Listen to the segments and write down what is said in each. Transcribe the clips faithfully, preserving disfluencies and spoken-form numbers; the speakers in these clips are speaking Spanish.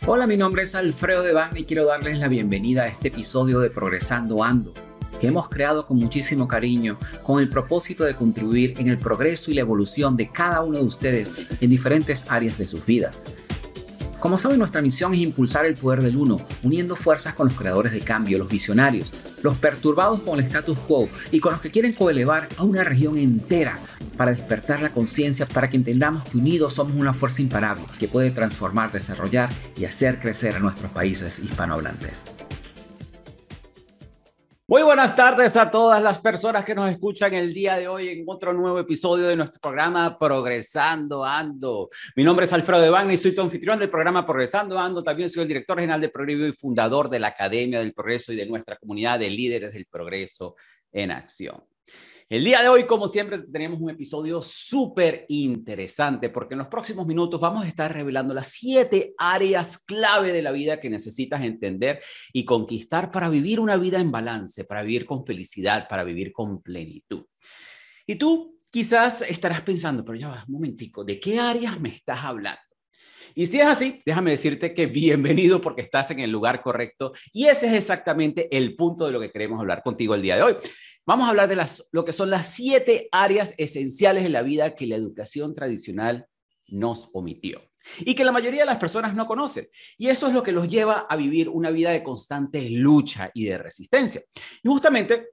Hola, mi nombre es Alfredo Devane y quiero darles la bienvenida a este episodio de Progresando Ando, que hemos creado con muchísimo cariño con el propósito de contribuir en el progreso y la evolución de cada uno de ustedes en diferentes áreas de sus vidas. Como saben, nuestra misión es impulsar el poder del uno, uniendo fuerzas con los creadores de cambio, los visionarios, los perturbados con el status quo y con los que quieren coelevar a una región entera para despertar la conciencia, para que entendamos que unidos somos una fuerza imparable que puede transformar, desarrollar y hacer crecer a nuestros países hispanohablantes. Muy buenas tardes a todas las personas que nos escuchan el día de hoy en otro nuevo episodio de nuestro programa Progresando Ando. Mi nombre es Alfredo Devane y soy tu anfitrión del programa Progresando Ando. También soy el director general de Progreso y fundador de la Academia del Progreso y de nuestra comunidad de líderes del progreso en acción. El día de hoy, como siempre, tenemos un episodio súper interesante porque en los próximos minutos vamos a estar revelando las siete áreas clave de la vida que necesitas entender y conquistar para vivir una vida en balance, para vivir con felicidad, para vivir con plenitud. Y tú quizás estarás pensando, pero ya va, un momentico, ¿de qué áreas me estás hablando? Y si es así, déjame decirte que bienvenido porque estás en el lugar correcto y ese es exactamente el punto de lo que queremos hablar contigo el día de hoy. Vamos a hablar de las, lo que son las siete áreas esenciales de la vida que la educación tradicional nos omitió y que la mayoría de las personas no conocen. Y eso es lo que los lleva a vivir una vida de constante lucha y de resistencia. Y justamente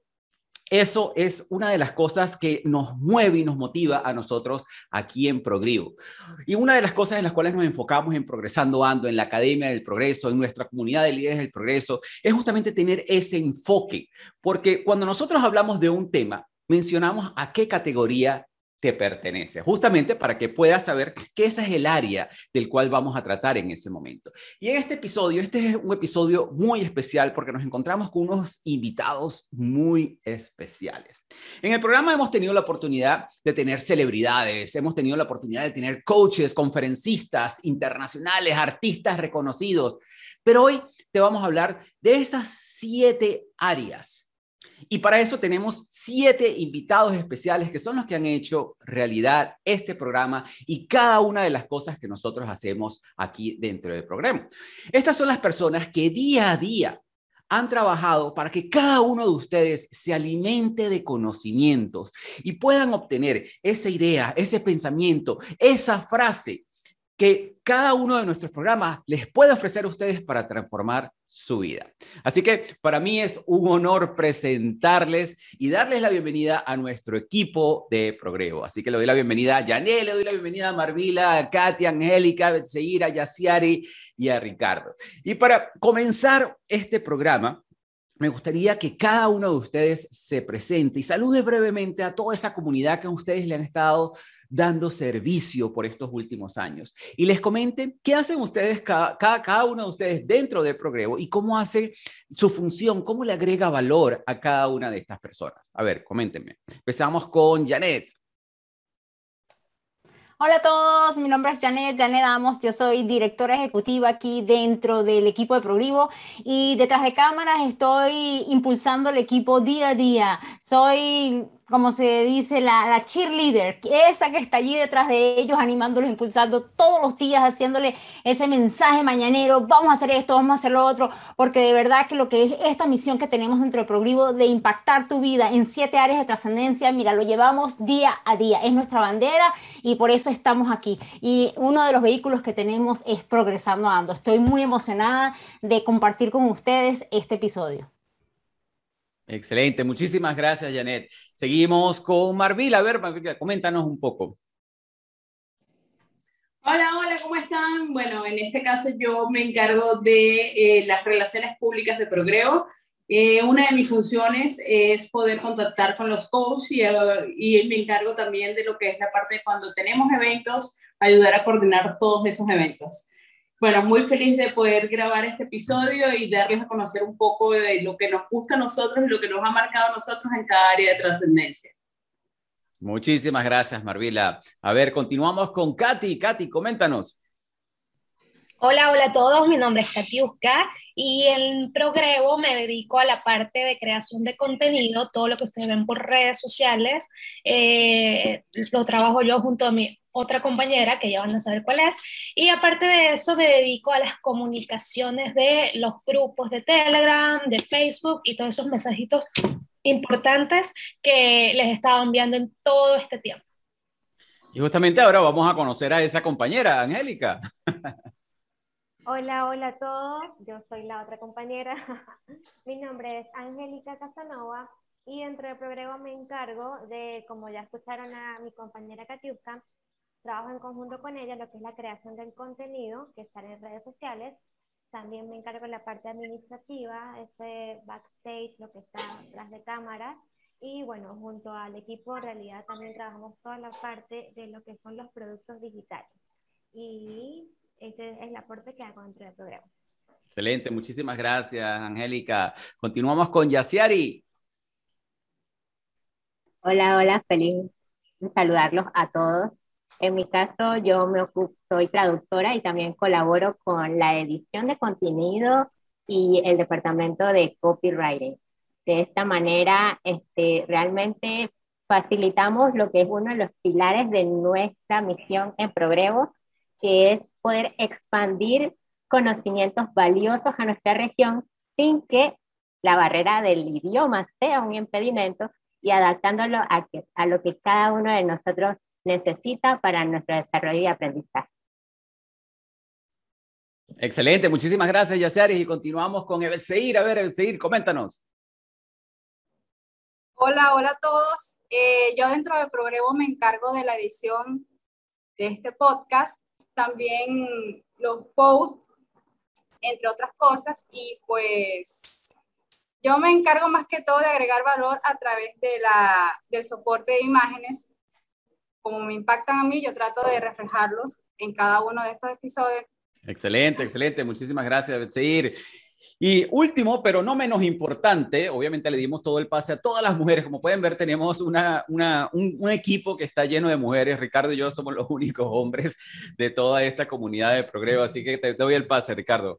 eso es una de las cosas que nos mueve y nos motiva a nosotros aquí en Progreso. Y una de las cosas en las cuales nos enfocamos en Progresando Ando, en la Academia del Progreso, en nuestra comunidad de líderes del progreso, es justamente tener ese enfoque. Porque cuando nosotros hablamos de un tema, mencionamos a qué categoría te pertenece, justamente para que puedas saber que esa es el área del cual vamos a tratar en ese momento. Y en este episodio, este es un episodio muy especial porque nos encontramos con unos invitados muy especiales. En el programa hemos tenido la oportunidad de tener celebridades, hemos tenido la oportunidad de tener coaches, conferencistas internacionales, artistas reconocidos, pero hoy te vamos a hablar de esas siete áreas. Y para eso tenemos siete invitados especiales que son los que han hecho realidad este programa y cada una de las cosas que nosotros hacemos aquí dentro del programa. Estas son las personas que día a día han trabajado para que cada uno de ustedes se alimente de conocimientos y puedan obtener esa idea, ese pensamiento, esa frase que cada uno de nuestros programas les puede ofrecer a ustedes para transformar su vida. Así que para mí es un honor presentarles y darles la bienvenida a nuestro equipo de Progreso. Así que le doy la bienvenida a Janet, le doy la bienvenida a Marvila, a Katia, a Angélica, a Betseira, a Yaciari y a Ricardo. Y para comenzar este programa, me gustaría que cada uno de ustedes se presente y salude brevemente a toda esa comunidad que a ustedes le han estado dando servicio por estos últimos años. Y les comenten qué hacen ustedes, cada, cada, cada uno de ustedes dentro del Progreso y cómo hace su función, cómo le agrega valor a cada una de estas personas. A ver, coméntenme. Empezamos con Janet. Hola a todos, mi nombre es Janet, Janet Amos, yo soy directora ejecutiva aquí dentro del equipo de Progreso y detrás de cámaras estoy impulsando el equipo día a día. Soy, como se dice, la, la cheerleader, esa que está allí detrás de ellos, animándolos, impulsando todos los días, haciéndole ese mensaje mañanero, vamos a hacer esto, vamos a hacer lo otro, porque de verdad que lo que es esta misión que tenemos dentro de Progreso de impactar tu vida en siete áreas de trascendencia, mira, lo llevamos día a día, es nuestra bandera y por eso estamos aquí. Y uno de los vehículos que tenemos es Progresando Ando. Estoy muy emocionada de compartir con ustedes este episodio. Excelente, muchísimas gracias, Janet. Seguimos con Marvila. A ver, Marvila, coméntanos un poco. Hola, hola, ¿cómo están? Bueno, en este caso yo me encargo de eh, las relaciones públicas de Progreso. Eh, una de mis funciones es poder contactar con los coaches y, uh, y me encargo también de lo que es la parte de cuando tenemos eventos, ayudar a coordinar todos esos eventos. Bueno, muy feliz de poder grabar este episodio y darles a conocer un poco de lo que nos gusta a nosotros y lo que nos ha marcado a nosotros en cada área de trascendencia. Muchísimas gracias, Marvila. A ver, continuamos con Katy. Katy, coméntanos. Hola, hola a todos, mi nombre es Katiuska y en Progreso me dedico a la parte de creación de contenido, todo lo que ustedes ven por redes sociales, eh, lo trabajo yo junto a mi, otra compañera que ya van a saber cuál es, y aparte de eso me dedico a las comunicaciones de los grupos de Telegram, de Facebook y todos esos mensajitos importantes que les estaba enviando en todo este tiempo. Y justamente ahora vamos a conocer a esa compañera, Angélica. Hola, hola a todos. Yo soy la otra compañera. Mi nombre es Angélica Casanova y dentro del programa me encargo de, como ya escucharon a mi compañera Katiuska, trabajo en conjunto con ella lo que es la creación del contenido que sale en redes sociales. También me encargo de la parte administrativa, ese backstage, lo que está detrás de cámaras. Y bueno, junto al equipo en realidad también trabajamos toda la parte de lo que son los productos digitales. Y ese es el aporte que hago dentro del programa. Excelente, muchísimas gracias, Angélica. Continuamos con Yaciari. Hola, hola, feliz de saludarlos a todos. En mi caso, yo me ocupo, soy traductora y también colaboro con la edición de contenido y el departamento de copywriting. De esta manera, este, realmente facilitamos lo que es uno de los pilares de nuestra misión en Progrevo, que es poder expandir conocimientos valiosos a nuestra región sin que la barrera del idioma sea un impedimento y adaptándolo a, que, a lo que cada uno de nosotros necesita para nuestro desarrollo y aprendizaje. Excelente, muchísimas gracias, Yaciari. Y continuamos con Ebelseir. A ver, Ebelseir, coméntanos. Hola, hola a todos. Eh, yo dentro de Progrevo me encargo de la edición de este podcast, también los posts, entre otras cosas, y pues yo me encargo más que todo de agregar valor a través de la, del soporte de imágenes. Como me impactan a mí, yo trato de reflejarlos en cada uno de estos episodios. Excelente, excelente. Muchísimas gracias, Ebelseir. Y último, pero no menos importante, obviamente le dimos todo el pase a todas las mujeres. Como pueden ver, tenemos una, una, un, un equipo que está lleno de mujeres. Ricardo y yo somos los únicos hombres de toda esta comunidad de Progrevo. Así que te, te doy el pase, Ricardo.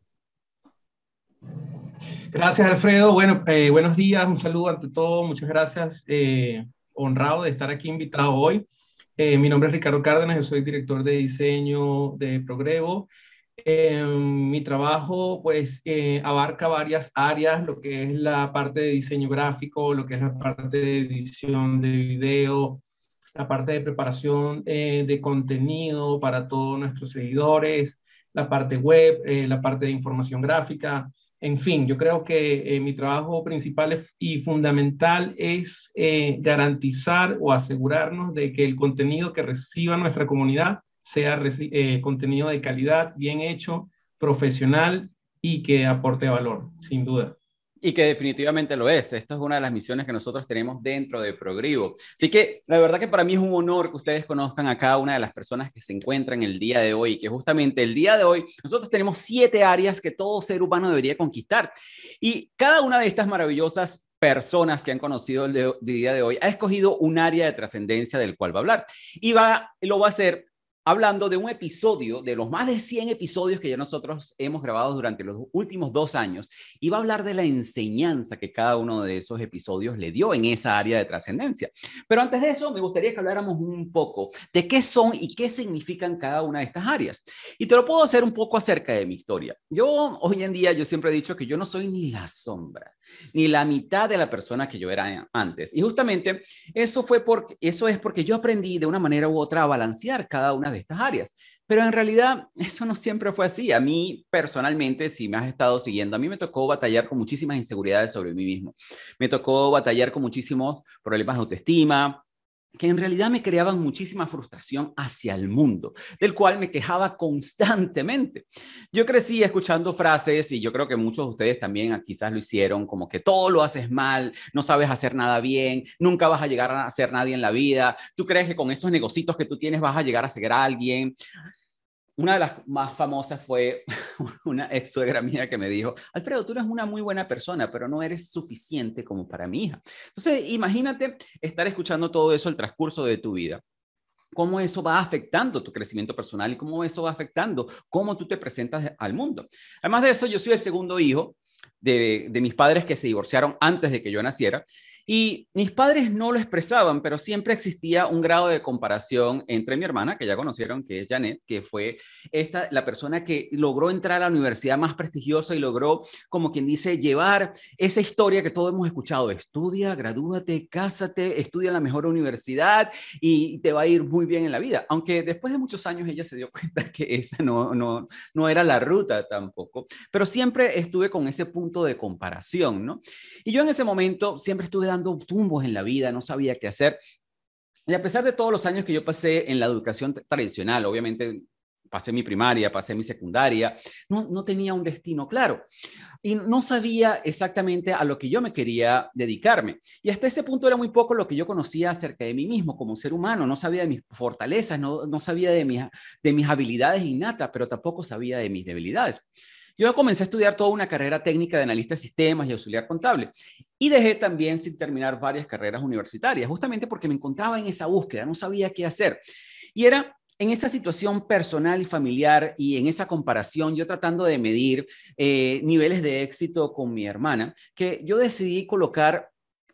Gracias, Alfredo. Bueno, eh, buenos días, un saludo ante todo. Muchas gracias. Eh, honrado de estar aquí invitado hoy. Eh, mi nombre es Ricardo Cárdenas, yo soy director de diseño de Progrevo. Eh, mi trabajo pues eh, abarca varias áreas, lo que es la parte de diseño gráfico, lo que es la parte de edición de video, la parte de preparación eh, de contenido para todos nuestros seguidores, la parte web, eh, la parte de información gráfica. En fin, yo creo que eh, mi trabajo principal es, y fundamental es eh, garantizar o asegurarnos de que el contenido que reciba nuestra comunidad sea eh, contenido de calidad, bien hecho, profesional y que aporte valor, sin duda. Y que definitivamente lo es. Esto es una de las misiones que nosotros tenemos dentro de Progrevo. Así que la verdad que para mí es un honor que ustedes conozcan a cada una de las personas que se encuentran el día de hoy, que justamente el día de hoy nosotros tenemos siete áreas que todo ser humano debería conquistar. Y cada una de estas maravillosas personas que han conocido el, de, el día de hoy ha escogido un área de trascendencia del cual va a hablar. Y va, lo va a hacer hablando de un episodio, de los más de cien episodios que ya nosotros hemos grabado durante los últimos dos años, y va a hablar de la enseñanza que cada uno de esos episodios le dio en esa área de trascendencia. Pero antes de eso, me gustaría que habláramos un poco de qué son y qué significan cada una de estas áreas. Y te lo puedo hacer un poco acerca de mi historia. Yo, hoy en día, yo siempre he dicho que yo no soy ni la sombra, ni la mitad de la persona que yo era antes. Y justamente eso, fue porque, eso es porque yo aprendí de una manera u otra a balancear cada una de de estas áreas. Pero en realidad eso no siempre fue así. A mí personalmente, si me has estado siguiendo, a mí me tocó batallar con muchísimas inseguridades sobre mí mismo. Me tocó batallar con muchísimos problemas de autoestima, que en realidad me creaban muchísima frustración hacia el mundo, del cual me quejaba constantemente. Yo crecí escuchando frases, y yo creo que muchos de ustedes también quizás lo hicieron, como que todo lo haces mal, no sabes hacer nada bien, nunca vas a llegar a ser nadie en la vida, tú crees que con esos negocios que tú tienes vas a llegar a ser alguien. Una de las más famosas fue una ex suegra mía que me dijo: Alfredo, tú eres una muy buena persona, pero no eres suficiente como para mi hija. Entonces, imagínate estar escuchando todo eso el transcurso de tu vida. Cómo eso va afectando tu crecimiento personal y cómo eso va afectando cómo tú te presentas al mundo. Además de eso, yo soy el segundo hijo de, de mis padres que se divorciaron antes de que yo naciera. Y mis padres no lo expresaban, pero siempre existía un grado de comparación entre mi hermana, que ya conocieron, que es Janet, que fue esta, la persona que logró entrar a la universidad más prestigiosa y logró, como quien dice, llevar esa historia que todos hemos escuchado: estudia, gradúate, cásate, estudia en la mejor universidad y te va a ir muy bien en la vida. Aunque después de muchos años ella se dio cuenta que esa no, no, no era la ruta tampoco, pero siempre estuve con ese punto de comparación, ¿no? Y yo en ese momento siempre estuve dando tumbos en la vida, no sabía qué hacer. Y a pesar de todos los años que yo pasé en la educación tradicional, obviamente pasé mi primaria, pasé mi secundaria, no, no tenía un destino claro y no sabía exactamente a lo que yo me quería dedicarme. Y hasta ese punto era muy poco lo que yo conocía acerca de mí mismo como ser humano. No sabía de mis fortalezas, no, no sabía de mis, de mis habilidades innatas, pero tampoco sabía de mis debilidades. Yo comencé a estudiar toda una carrera técnica de analista de sistemas y auxiliar contable y dejé también sin terminar varias carreras universitarias, justamente porque me encontraba en esa búsqueda, no sabía qué hacer. Y era en esa situación personal y familiar y en esa comparación, yo tratando de medir eh, niveles de éxito con mi hermana, que yo decidí colocar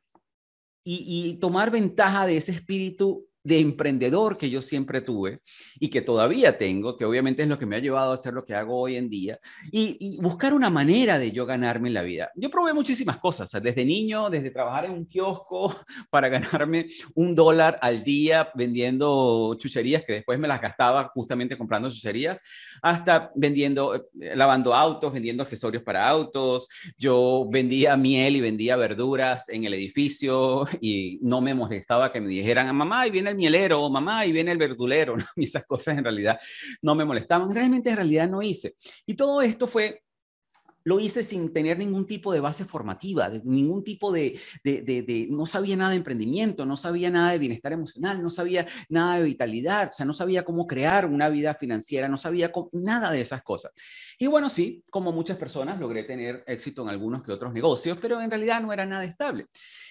y, y tomar ventaja de ese espíritu de emprendedor que yo siempre tuve y que todavía tengo, que obviamente es lo que me ha llevado a hacer lo que hago hoy en día, y, y buscar una manera de yo ganarme la vida. Yo probé muchísimas cosas, o sea, desde niño, desde trabajar en un kiosco para ganarme un dólar al día vendiendo chucherías que después me las gastaba justamente comprando chucherías, hasta vendiendo, lavando autos, vendiendo accesorios para autos. Yo vendía miel y vendía verduras en el edificio y no me molestaba que me dijeran: mamá, y viene el mielero, o mamá, y viene el verdulero, ¿no? Y esas cosas en realidad no me molestaban. Realmente en realidad no hice. Y todo esto fue, lo hice sin tener ningún tipo de base formativa, de ningún tipo de, de, de, de, no sabía nada de emprendimiento, no sabía nada de bienestar emocional, no sabía nada de vitalidad, o sea, no sabía cómo crear una vida financiera, no sabía cómo, nada de esas cosas. Y bueno, sí, como muchas personas, logré tener éxito en algunos que otros negocios, pero en realidad no era nada estable.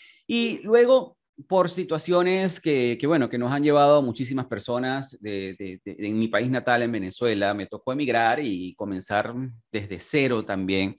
Y luego, por situaciones que, que, bueno, que nos han llevado a muchísimas personas de, de, de, de, en mi país natal, en Venezuela, me tocó emigrar y comenzar desde cero también.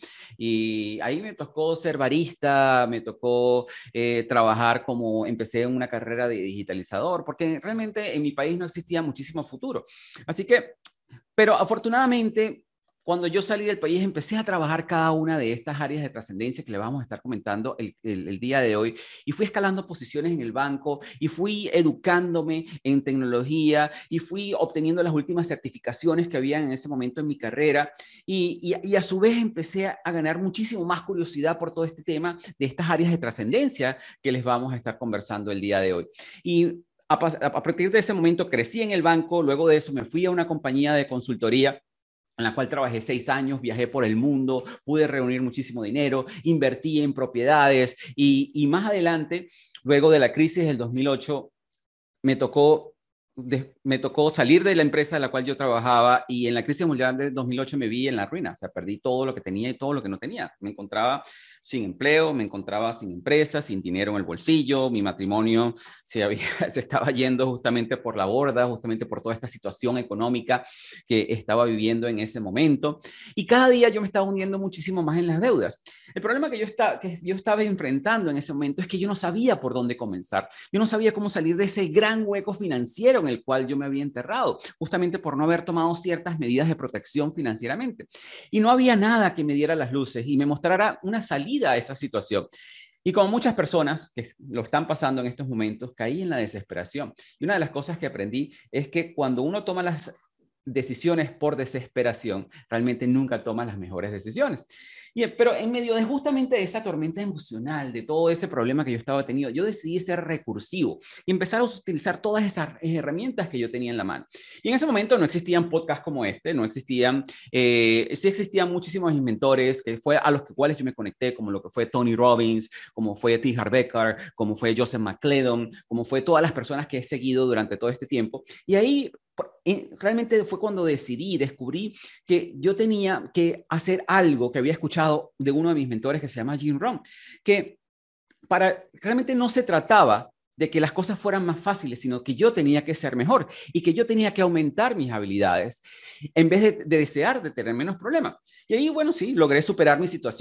Y ahí me tocó ser barista, me tocó eh, trabajar como, empecé en una carrera de digitalizador, porque realmente en mi país no existía muchísimo futuro. Así que, pero afortunadamente, cuando yo salí del país, empecé a trabajar cada una de estas áreas de trascendencia que le vamos a estar comentando el, el, el día de hoy, y fui escalando posiciones en el banco, y fui educándome en tecnología, y fui obteniendo las últimas certificaciones que había en ese momento en mi carrera, y, y, y a su vez empecé a, a ganar muchísimo más curiosidad por todo este tema de estas áreas de trascendencia que les vamos a estar conversando el día de hoy. Y a, a partir de ese momento crecí en el banco, luego de eso me fui a una compañía de consultoría en la cual trabajé seis años, viajé por el mundo, pude reunir muchísimo dinero, invertí en propiedades y, y más adelante, luego de la crisis del dos mil ocho, me tocó, de, me tocó salir de la empresa en la cual yo trabajaba, y en la crisis mundial del dos mil ocho me vi en la ruina. O sea, perdí todo lo que tenía y todo lo que no tenía. Me encontraba sin empleo, me encontraba sin empresa, sin dinero en el bolsillo, mi matrimonio se, había, se estaba yendo justamente por la borda, justamente por toda esta situación económica que estaba viviendo en ese momento, y cada día yo me estaba hundiendo muchísimo más en las deudas. El problema que yo, está, que yo estaba enfrentando en ese momento es que yo no sabía por dónde comenzar, yo no sabía cómo salir de ese gran hueco financiero en el cual yo me había enterrado, justamente por no haber tomado ciertas medidas de protección financieramente, y no había nada que me diera las luces y me mostrara una salida a esa situación. Y como muchas personas que lo están pasando en estos momentos, caí en la desesperación. Y una de las cosas que aprendí es que cuando uno toma las decisiones por desesperación, realmente nunca toma las mejores decisiones. Y, pero en medio de justamente esa tormenta emocional, de todo ese problema que yo estaba teniendo, yo decidí ser recursivo y empezar a utilizar todas esas herramientas que yo tenía en la mano. Y en ese momento no existían podcasts como este, no existían, eh, sí existían muchísimos inventores, que fue a los cuales yo me conecté, como lo que fue Tony Robbins, como fue T. Harv Eker, como fue Joseph McClellan, como fue todas las personas que he seguido durante todo este tiempo. Y ahí realmente fue cuando decidí, descubrí que yo tenía que hacer algo que había escuchado de uno de mis mentores que se llama Jim Rohn, que para, realmente no se trataba de que las cosas fueran más fáciles, sino que yo tenía que ser mejor y que yo tenía que aumentar mis habilidades en vez de, de desear de tener menos problemas. Y ahí, bueno, sí, logré superar mi situación.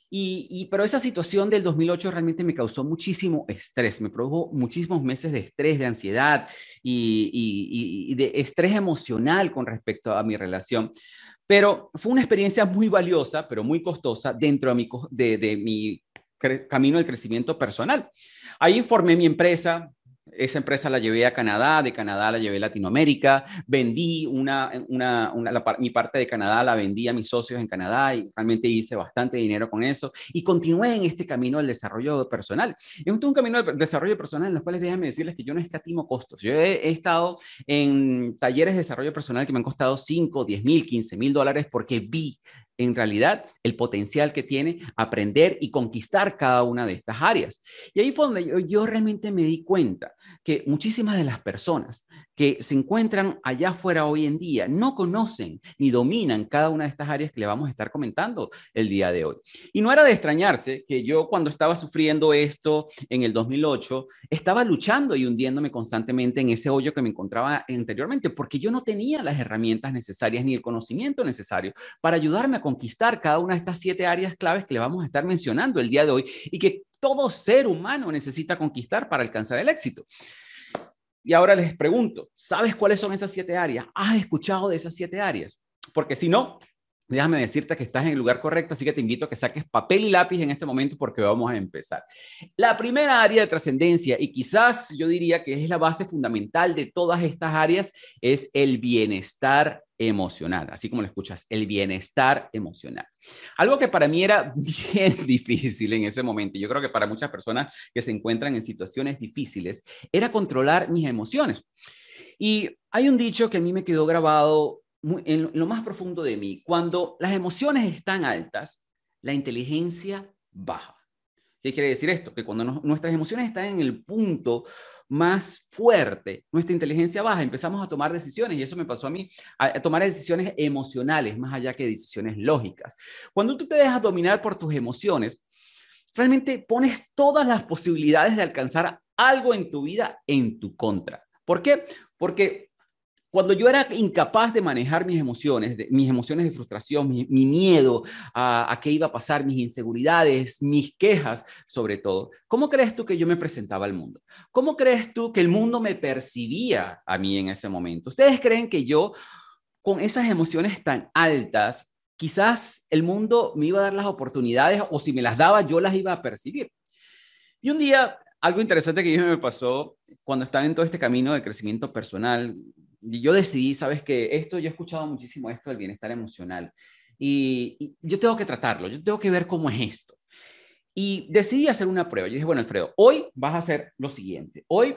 Y, y, pero esa situación del dos mil ocho realmente me causó muchísimo estrés, me produjo muchísimos meses de estrés, de ansiedad y, y, y de estrés emocional con respecto a mi relación. Pero fue una experiencia muy valiosa, pero muy costosa dentro de mi, de, de mi camino de crecimiento personal. Ahí formé mi empresa. Esa empresa la llevé a Canadá, de Canadá la llevé a Latinoamérica, vendí una, una, una la, mi parte de Canadá, la vendí a mis socios en Canadá y realmente hice bastante dinero con eso y continué en este camino del desarrollo personal. Es un camino de desarrollo personal en los cuales déjenme decirles que yo no escatimo costos. Yo he, he estado en talleres de desarrollo personal que me han costado cinco, diez mil, quince mil dólares porque vi en realidad el potencial que tiene aprender y conquistar cada una de estas áreas. Y ahí fue donde yo, yo realmente me di cuenta que muchísimas de las personas que se encuentran allá afuera hoy en día no conocen ni dominan cada una de estas áreas que le vamos a estar comentando el día de hoy. Y no era de extrañarse que yo cuando estaba sufriendo esto en el dos mil ocho, estaba luchando y hundiéndome constantemente en ese hoyo que me encontraba anteriormente, porque yo no tenía las herramientas necesarias ni el conocimiento necesario para ayudarme a conquistar cada una de estas siete áreas claves que le vamos a estar mencionando el día de hoy y que todo ser humano necesita conquistar para alcanzar el éxito. Y ahora les pregunto, ¿sabes cuáles son esas siete áreas? ¿Has escuchado de esas siete áreas? Porque si no, déjame decirte que estás en el lugar correcto, así que te invito a que saques papel y lápiz en este momento porque vamos a empezar. La primera área de trascendencia, y quizás yo diría que es la base fundamental de todas estas áreas, es el bienestar emocional, así como lo escuchas, el bienestar emocional. Algo que para mí era bien difícil en ese momento, y yo creo que para muchas personas que se encuentran en situaciones difíciles, era controlar mis emociones. Y hay un dicho que a mí me quedó grabado muy, en lo más profundo de mí: cuando las emociones están altas, la inteligencia baja. ¿Qué quiere decir esto? Que cuando no, nuestras emociones están en el punto más fuerte, nuestra inteligencia baja, empezamos a tomar decisiones, y eso me pasó a mí, a, a tomar decisiones emocionales más allá que decisiones lógicas. Cuando tú te dejas dominar por tus emociones, realmente pones todas las posibilidades de alcanzar algo en tu vida en tu contra. ¿Por qué? Porque cuando yo era incapaz de manejar mis emociones, de, mis emociones de frustración, mi, mi miedo a, a qué iba a pasar, mis inseguridades, mis quejas, sobre todo, ¿cómo crees tú que yo me presentaba al mundo? ¿Cómo crees tú que el mundo me percibía a mí en ese momento? ¿Ustedes creen que yo, con esas emociones tan altas, quizás el mundo me iba a dar las oportunidades, o si me las daba, yo las iba a percibir? Y un día, algo interesante que a mí me pasó cuando estaba en todo este camino de crecimiento personal, y yo decidí, sabes que esto, yo he escuchado muchísimo esto del bienestar emocional, y, y yo tengo que tratarlo, yo tengo que ver cómo es esto. Y decidí hacer una prueba. Yo dije, bueno, Alfredo, hoy vas a hacer lo siguiente. Hoy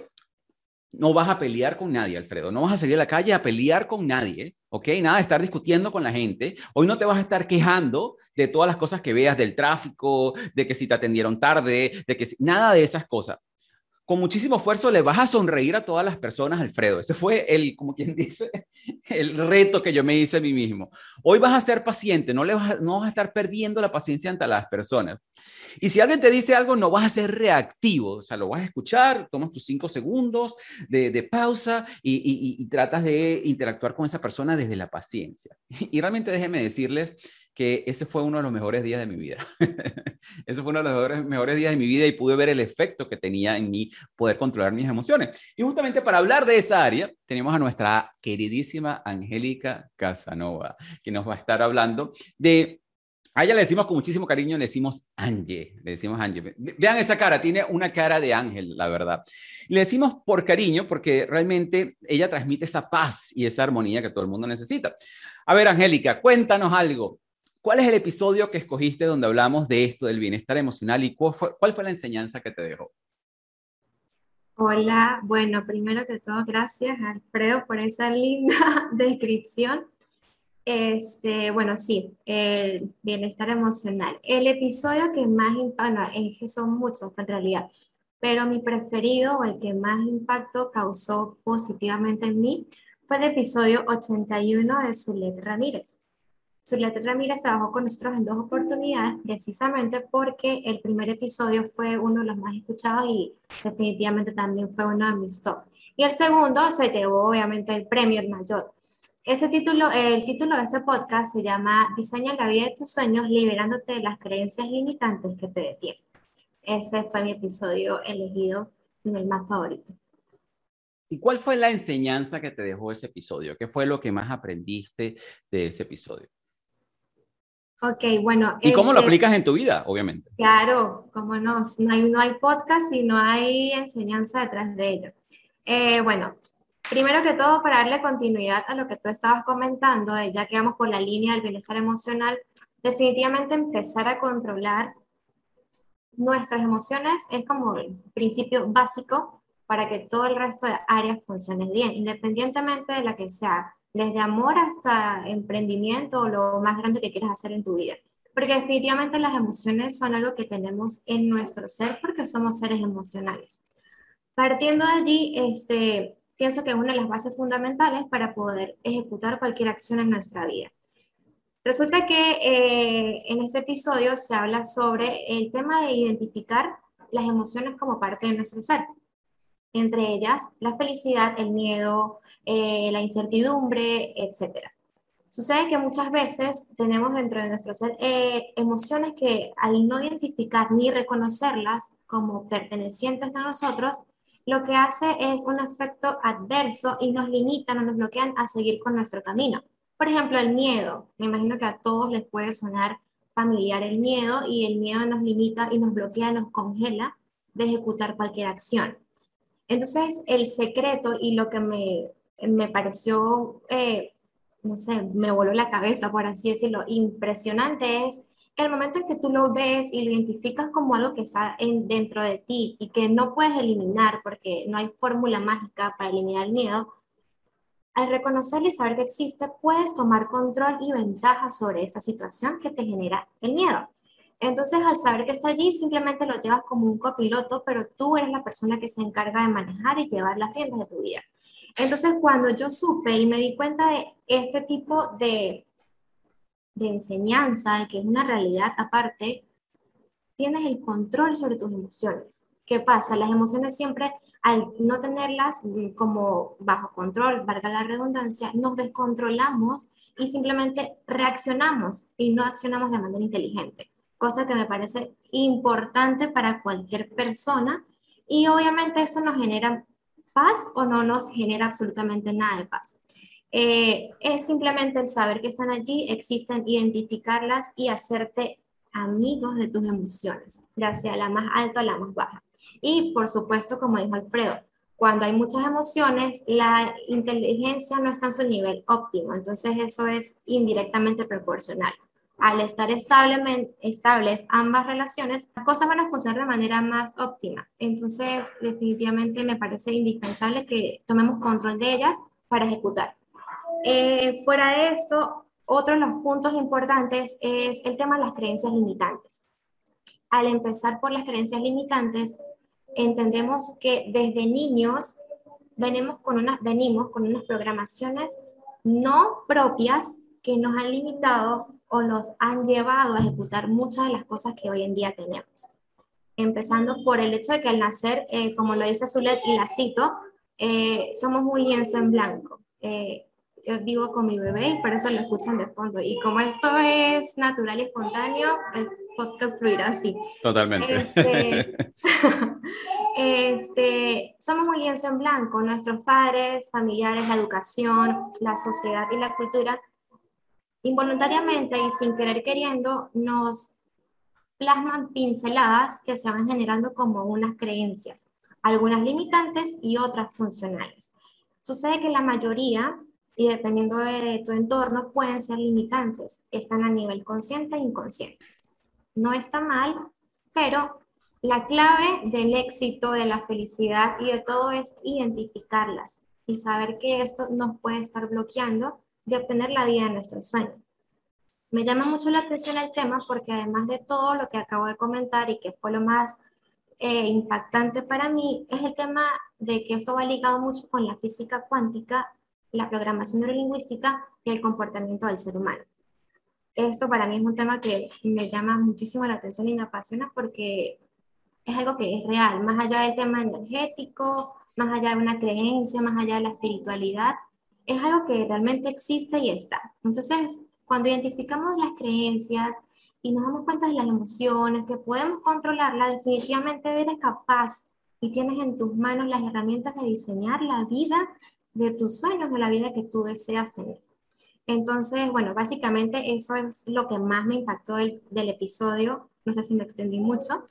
no vas a pelear con nadie, Alfredo. No vas a salir a la calle a pelear con nadie, ¿ok? Nada de estar discutiendo con la gente. Hoy no te vas a estar quejando de todas las cosas que veas, del tráfico, de que si te atendieron tarde, de que si... nada de esas cosas. Con muchísimo esfuerzo le vas a sonreír a todas las personas, Alfredo. Ese fue el, como quien dice, el reto que yo me hice a mí mismo. Hoy vas a ser paciente, no, le vas a, no vas a estar perdiendo la paciencia ante las personas. Y si alguien te dice algo, no vas a ser reactivo, o sea, lo vas a escuchar, tomas tus cinco segundos de, de pausa y, y, y tratas de interactuar con esa persona desde la paciencia. Y realmente déjenme decirles que ese fue uno de los mejores días de mi vida. Ese fue uno de los mejores, mejores días de mi vida y pude ver el efecto que tenía en mí poder controlar mis emociones. Y justamente para hablar de esa área, tenemos a nuestra queridísima Angélica Casanova, que nos va a estar hablando de... A ella le decimos con muchísimo cariño, le decimos Angie, le decimos Angie. Vean esa cara, tiene una cara de ángel, la verdad. Le decimos por cariño porque realmente ella transmite esa paz y esa armonía que todo el mundo necesita. A ver, Angélica, cuéntanos algo. ¿Cuál es el episodio que escogiste donde hablamos de esto, del bienestar emocional, y cuál fue, cuál fue la enseñanza que te dejó? Hola, bueno, primero que todo, gracias, Alfredo, por esa linda descripción. Este, bueno, sí, el bienestar emocional. El episodio que más impacta, bueno, es que son muchos en realidad, pero mi preferido o el que más impacto causó positivamente en mí fue el episodio ochenta y uno de Zulet Ramírez. Zulet Ramírez trabajó con nosotros en dos oportunidades precisamente porque el primer episodio fue uno de los más escuchados y definitivamente también fue uno de mis top. Y el segundo se llevó obviamente el premio mayor. Ese título, el título de este podcast se llama Diseña la vida de tus sueños, liberándote de las creencias limitantes que te detienen. Ese fue mi episodio elegido en el más favorito. ¿Y cuál fue la enseñanza que te dejó ese episodio? ¿Qué fue lo que más aprendiste de ese episodio? Ok, bueno. ¿Y cómo este, lo aplicas en tu vida, obviamente? Claro, cómo no. No hay, no hay podcast y no hay enseñanza detrás de ello. Eh, bueno, primero que todo, para darle continuidad a lo que tú estabas comentando, de ya que vamos por la línea del bienestar emocional, definitivamente empezar a controlar nuestras emociones es como el principio básico para que todo el resto de áreas funcione bien, independientemente de la que sea, desde amor hasta emprendimiento o lo más grande que quieras hacer en tu vida. Porque definitivamente las emociones son algo que tenemos en nuestro ser porque somos seres emocionales. Partiendo de allí, este, pienso que es una de las bases fundamentales para poder ejecutar cualquier acción en nuestra vida. Resulta que eh, en ese episodio se habla sobre el tema de identificar las emociones como parte de nuestro ser. Entre ellas, la felicidad, el miedo, eh, la incertidumbre, etcétera. Sucede que muchas veces tenemos dentro de nuestro ser eh, emociones que al no identificar ni reconocerlas como pertenecientes a nosotros, lo que hace es un efecto adverso y nos limitan o nos bloquean a seguir con nuestro camino. Por ejemplo, el miedo. Me imagino que a todos les puede sonar familiar el miedo y el miedo nos limita y nos bloquea, nos congela de ejecutar cualquier acción. Entonces, el secreto y lo que me, me pareció, eh, no sé, me voló la cabeza, por así decirlo, impresionante es que al momento en que tú lo ves y lo identificas como algo que está en, dentro de ti y que no puedes eliminar porque no hay fórmula mágica para eliminar el miedo, al reconocerlo y saber que existe, puedes tomar control y ventaja sobre esta situación que te genera el miedo. Entonces, al saber que está allí, simplemente lo llevas como un copiloto, pero tú eres la persona que se encarga de manejar y llevar las riendas de tu vida. Entonces, cuando yo supe y me di cuenta de este tipo de, de enseñanza, de que es una realidad aparte, tienes el control sobre tus emociones. ¿Qué pasa? Las emociones siempre, al no tenerlas como bajo control, valga la redundancia, nos descontrolamos y simplemente reaccionamos y no accionamos de manera inteligente, cosa que me parece importante para cualquier persona y obviamente esto nos genera paz o no nos genera absolutamente nada de paz. Eh, es simplemente el saber que están allí, existen, identificarlas y hacerte amigos de tus emociones, ya sea la más alta o la más baja. Y por supuesto, como dijo Alfredo, cuando hay muchas emociones, la inteligencia no está en su nivel óptimo, entonces eso es indirectamente proporcional. Al estar estable, estables ambas relaciones, las cosas van a funcionar de manera más óptima. Entonces, definitivamente me parece indispensable que tomemos control de ellas para ejecutar. Eh, fuera de esto, otro de los puntos importantes es el tema de las creencias limitantes. Al empezar por las creencias limitantes, entendemos que desde niños venimos con unas, venimos con unas programaciones no propias que nos han limitado o nos han llevado a ejecutar muchas de las cosas que hoy en día tenemos. Empezando por el hecho de que al nacer, eh, como lo dice Zulet, y la cito, eh, somos un lienzo en blanco. Eh, yo vivo con mi bebé y por eso lo escuchan de fondo. Y como esto es natural y espontáneo, el podcast fluirá así. Totalmente. Este, este, somos un lienzo en blanco. Nuestros padres, familiares, la educación, la sociedad y la cultura, involuntariamente y sin querer queriendo, nos plasman pinceladas que se van generando como unas creencias, algunas limitantes y otras funcionales. Sucede que la mayoría, y dependiendo de tu entorno, pueden ser limitantes, están a nivel consciente e inconsciente. No está mal, pero la clave del éxito, de la felicidad y de todo es identificarlas y saber que esto nos puede estar bloqueando de obtener la vida de nuestro sueño. Me llama mucho la atención el tema porque además de todo lo que acabo de comentar y que fue lo más eh, impactante para mí, es el tema de que esto va ligado mucho con la física cuántica, la programación neurolingüística y el comportamiento del ser humano. Esto para mí es un tema que me llama muchísimo la atención y me apasiona porque es algo que es real, más allá del tema energético, más allá de una creencia, más allá de la espiritualidad, es algo que realmente existe y está. Entonces, cuando identificamos las creencias y nos damos cuenta de las emociones, que podemos controlarlas, definitivamente eres capaz y tienes en tus manos las herramientas de diseñar la vida de tus sueños o la vida que tú deseas tener. Entonces, bueno, básicamente eso es lo que más me impactó del, del episodio. No sé si me extendí mucho.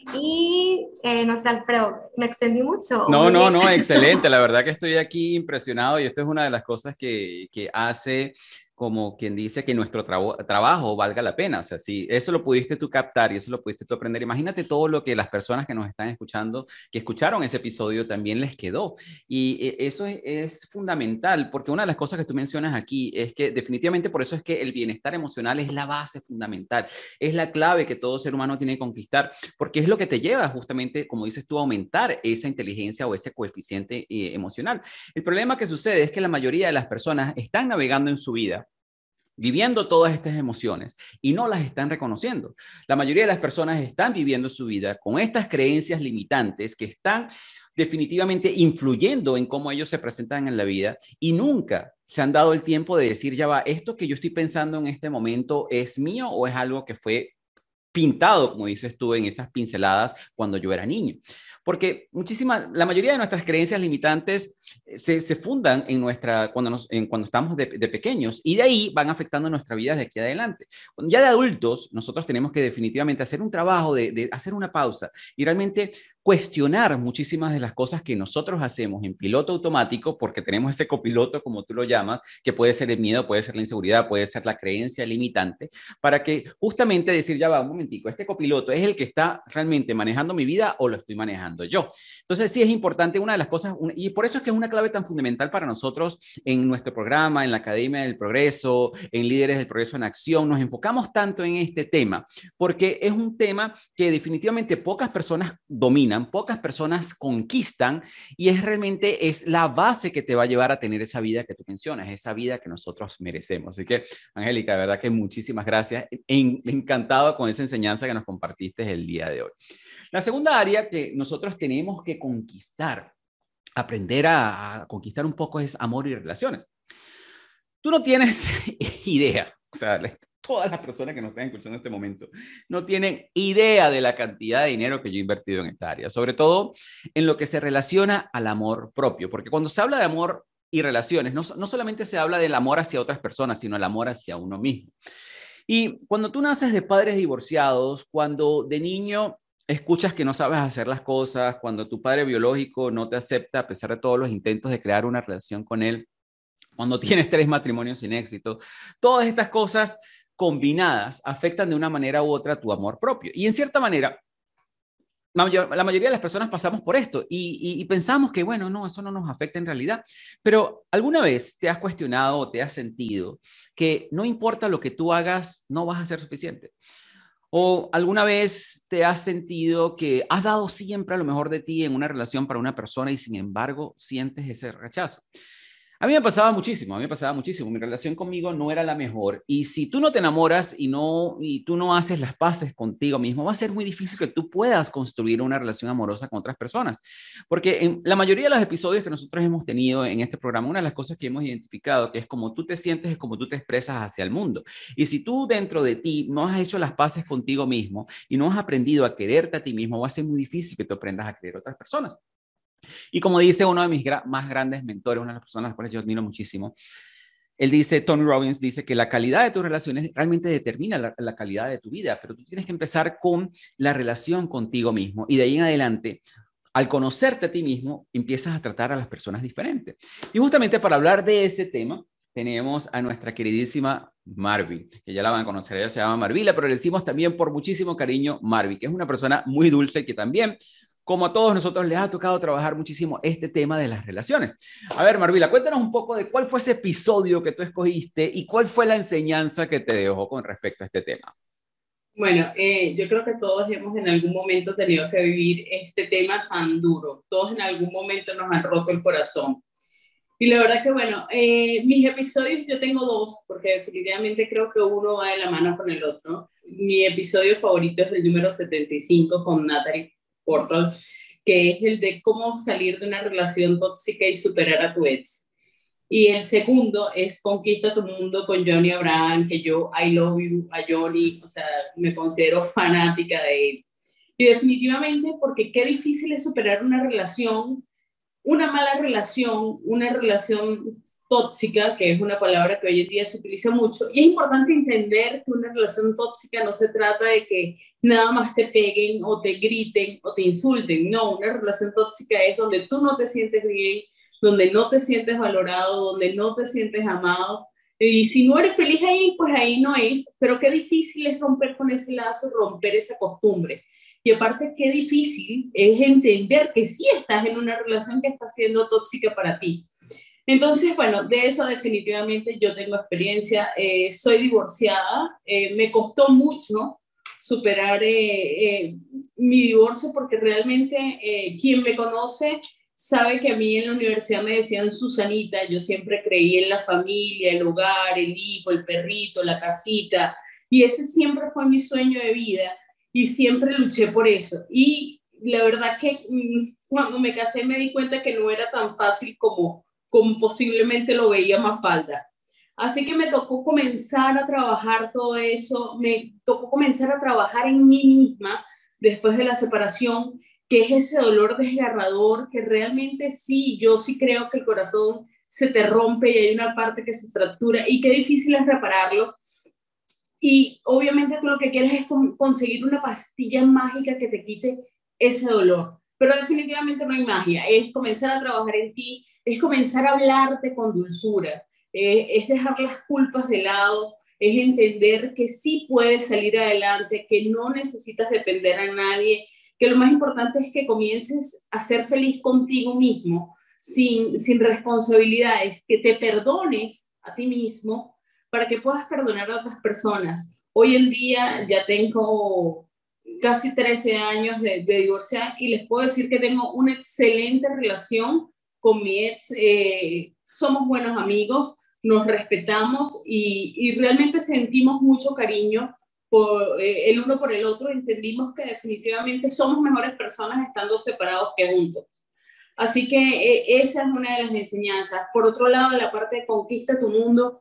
Y eh, no sé, Alfredo, ¿me extendí mucho? No, no, no, excelente. La verdad que estoy aquí impresionado y esto es una de las cosas que, que hace, como quien dice, que nuestro trabo- trabajo valga la pena. O sea, si eso lo pudiste tú captar y eso lo pudiste tú aprender, imagínate todo lo que las personas que nos están escuchando, que escucharon ese episodio, también les quedó. Y eh, eso es, es fundamental, porque una de las cosas que tú mencionas aquí es que definitivamente por eso es que el bienestar emocional es la base fundamental, es la clave que todo ser humano tiene que conquistar, porque es lo que te lleva justamente, como dices tú, a aumentar esa inteligencia o ese coeficiente eh, emocional. El problema que sucede es que la mayoría de las personas están navegando en su vida viviendo todas estas emociones y no las están reconociendo. La mayoría de las personas están viviendo su vida con estas creencias limitantes que están definitivamente influyendo en cómo ellos se presentan en la vida y nunca se han dado el tiempo de decir, ya va, esto que yo estoy pensando en este momento es mío o es algo que fue pintado, como dices tú, en esas pinceladas cuando yo era niño. Porque muchísima, la mayoría de nuestras creencias limitantes se, se fundan en nuestra, cuando, nos, en, cuando estamos de, de pequeños y de ahí van afectando nuestra vida de aquí adelante. Ya de adultos, nosotros tenemos que definitivamente hacer un trabajo de, de hacer una pausa y realmente cuestionar muchísimas de las cosas que nosotros hacemos en piloto automático, porque tenemos ese copiloto, como tú lo llamas, que puede ser el miedo, puede ser la inseguridad, puede ser la creencia limitante, para que justamente decir, ya va, un momentico, este copiloto es el que está realmente manejando mi vida o lo estoy manejando yo. Entonces sí es importante, una de las cosas, y por eso es que es una clave tan fundamental para nosotros en nuestro programa, en la Academia del Progreso, en Líderes del Progreso en Acción, nos enfocamos tanto en este tema, porque es un tema que definitivamente pocas personas dominan, pocas personas conquistan y es realmente es la base que te va a llevar a tener esa vida que tú mencionas, esa vida que nosotros merecemos. Así que, Angélica, de verdad que muchísimas gracias. En, encantado con esa enseñanza que nos compartiste el día de hoy. La segunda área que nosotros tenemos que conquistar, aprender a, a conquistar un poco es amor y relaciones. Tú no tienes idea, o sea, todas las personas que nos están escuchando en este momento no tienen idea de la cantidad de dinero que yo he invertido en esta área, sobre todo en lo que se relaciona al amor propio, porque cuando se habla de amor y relaciones, no, no solamente se habla del amor hacia otras personas, sino el amor hacia uno mismo. Y cuando tú naces de padres divorciados, cuando de niño escuchas que no sabes hacer las cosas, cuando tu padre biológico no te acepta a pesar de todos los intentos de crear una relación con él, cuando tienes tres matrimonios sin éxito, todas estas cosas combinadas afectan de una manera u otra tu amor propio. Y en cierta manera, la, mayor, la mayoría de las personas pasamos por esto y, y, y pensamos que, bueno, no, eso no nos afecta en realidad. Pero ¿alguna vez te has cuestionado o te has sentido que no importa lo que tú hagas, no vas a ser suficiente? ¿O alguna vez te has sentido que has dado siempre a lo mejor de ti en una relación para una persona y sin embargo sientes ese rechazo? A mí me pasaba muchísimo, a mí me pasaba muchísimo. Mi relación conmigo no era la mejor. Y si tú no te enamoras y, no, y tú no haces las paces contigo mismo, va a ser muy difícil que tú puedas construir una relación amorosa con otras personas. Porque en la mayoría de los episodios que nosotros hemos tenido en este programa, una de las cosas que hemos identificado que es como tú te sientes, es como tú te expresas hacia el mundo. Y si tú dentro de ti no has hecho las paces contigo mismo y no has aprendido a quererte a ti mismo, va a ser muy difícil que tú aprendas a querer a otras personas. Y como dice uno de mis gra más grandes mentores, una de las personas a las cuales yo admiro muchísimo, él dice, Tony Robbins dice que la calidad de tus relaciones realmente determina la, la calidad de tu vida, pero tú tienes que empezar con la relación contigo mismo y de ahí en adelante, al conocerte a ti mismo, empiezas a tratar a las personas diferentes. Y justamente para hablar de ese tema, tenemos a nuestra queridísima Marvi, que ya la van a conocer, ella se llama Marvila, pero le decimos también por muchísimo cariño Marvi, que es una persona muy dulce que también, como a todos nosotros, les ha tocado trabajar muchísimo este tema de las relaciones. A ver, Marvila, cuéntanos un poco de cuál fue ese episodio que tú escogiste y cuál fue la enseñanza que te dejó con respecto a este tema. Bueno, eh, yo creo que todos hemos en algún momento tenido que vivir este tema tan duro. Todos en algún momento nos han roto el corazón. Y la verdad que, bueno, eh, mis episodios yo tengo dos, porque definitivamente creo que uno va de la mano con el otro. Mi episodio favorito es el número setenta y cinco con Natalie Portal, que es el de cómo salir de una relación tóxica y superar a tu ex. Y el segundo es Conquista tu Mundo con Johnny Abraham, que yo, I love you a Johnny, o sea, me considero fanática de él. Y definitivamente porque qué difícil es superar una relación, una mala relación, una relación tóxica, que es una palabra que hoy en día se utiliza mucho. Y es importante entender que una relación tóxica no se trata de que nada más te peguen o te griten o te insulten. No, una relación tóxica es donde tú no te sientes bien, donde no te sientes valorado, donde no te sientes amado. Y si no eres feliz ahí, pues ahí no es. Pero qué difícil es romper con ese lazo, romper esa costumbre. Y aparte, qué difícil es entender que sí estás en una relación que está siendo tóxica para ti. Entonces, bueno, de eso definitivamente yo tengo experiencia. Eh, soy divorciada. Eh, me costó mucho superar eh, eh, mi divorcio porque realmente eh, quien me conoce sabe que a mí en la universidad me decían Susanita. Yo siempre creí en la familia, el hogar, el hijo, el perrito, la casita. Y ese siempre fue mi sueño de vida. Y siempre luché por eso. Y la verdad que mmm, cuando me casé me di cuenta que no era tan fácil como, como posiblemente lo veía Mafalda. Así que me tocó comenzar a trabajar todo eso, me tocó comenzar a trabajar en mí misma después de la separación, que es ese dolor desgarrador, que realmente sí, yo sí creo que el corazón se te rompe y hay una parte que se fractura y qué difícil es repararlo. Y obviamente tú lo que quieres es conseguir una pastilla mágica que te quite ese dolor. Pero definitivamente no hay magia. Es comenzar a trabajar en ti, es comenzar a hablarte con dulzura, eh, es dejar las culpas de lado, es entender que sí puedes salir adelante, que no necesitas depender a nadie, que lo más importante es que comiences a ser feliz contigo mismo, sin, sin responsabilidades, que te perdones a ti mismo, para que puedas perdonar a otras personas. Hoy en día ya tengo casi trece años de, de divorciada y les puedo decir que tengo una excelente relación con mi ex. Eh, somos buenos amigos, nos respetamos y, y realmente sentimos mucho cariño por, eh, el uno por el otro. Entendimos que definitivamente somos mejores personas estando separados que juntos. Así que eh, esa es una de las enseñanzas. Por otro lado, la parte de Conquista tu Mundo,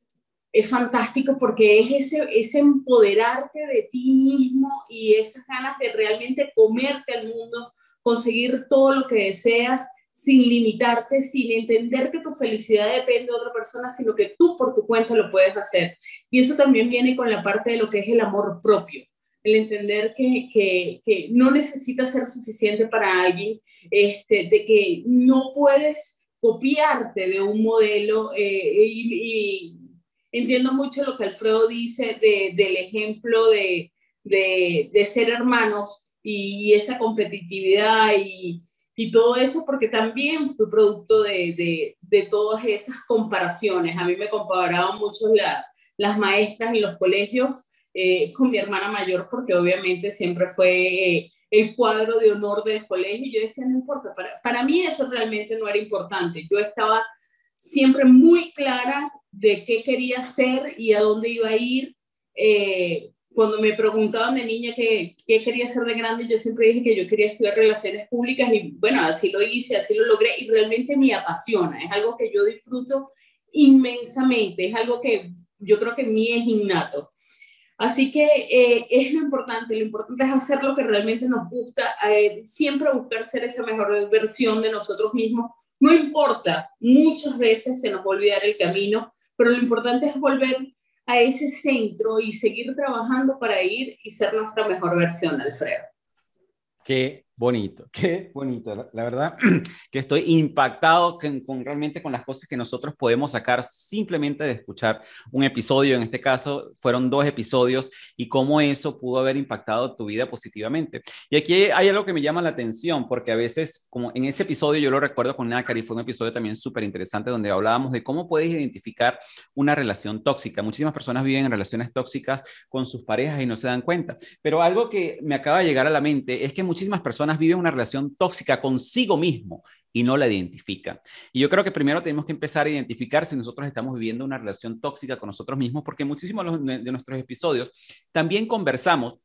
es fantástico porque es ese, ese empoderarte de ti mismo y esas ganas de realmente comerte al mundo, conseguir todo lo que deseas sin limitarte, sin entender que tu felicidad depende de otra persona, sino que tú por tu cuenta lo puedes hacer. Y eso también viene con la parte de lo que es el amor propio, el entender que, que, que no necesitas ser suficiente para alguien, este, de que no puedes copiarte de un modelo eh, y, y entiendo mucho lo que Alfredo dice de, del ejemplo de, de, de ser hermanos y, y esa competitividad y, y todo eso, porque también fui producto de, de, de todas esas comparaciones. A mí me comparaban mucho la, las maestras en los colegios eh, con mi hermana mayor, porque obviamente siempre fue eh, el cuadro de honor del colegio. Y yo decía, no importa, para, para mí eso realmente no era importante. Yo estaba siempre muy clara de qué quería ser y a dónde iba a ir. Eh, cuando me preguntaban de niña qué, qué quería ser de grande, yo siempre dije que yo quería estudiar relaciones públicas y bueno, así lo hice, así lo logré y realmente me apasiona, es algo que yo disfruto inmensamente, es algo que yo creo que en mí es innato. Así que eh, es lo importante, lo importante es hacer lo que realmente nos gusta, eh, siempre buscar ser esa mejor versión de nosotros mismos. No importa, muchas veces se nos va a olvidar el camino, pero lo importante es volver a ese centro y seguir trabajando para ir y ser nuestra mejor versión, Alfredo. Qué bonito, qué bonito. La, la verdad que estoy impactado con, con realmente con las cosas que nosotros podemos sacar simplemente de escuchar un episodio. En este caso fueron dos episodios y cómo eso pudo haber impactado tu vida positivamente. Y aquí hay algo que me llama la atención porque a veces, como en ese episodio yo lo recuerdo con Nácari, fue un episodio también súper interesante donde hablábamos de cómo puedes identificar una relación tóxica. Muchísimas personas viven en relaciones tóxicas con sus parejas y no se dan cuenta. Pero algo que me acaba de llegar a la mente es que muchísimas personas viven una relación tóxica consigo mismo y no la identifican. Y yo creo que primero tenemos que empezar a identificar si nosotros estamos viviendo una relación tóxica con nosotros mismos, porque muchísimos de nuestros episodios también conversamos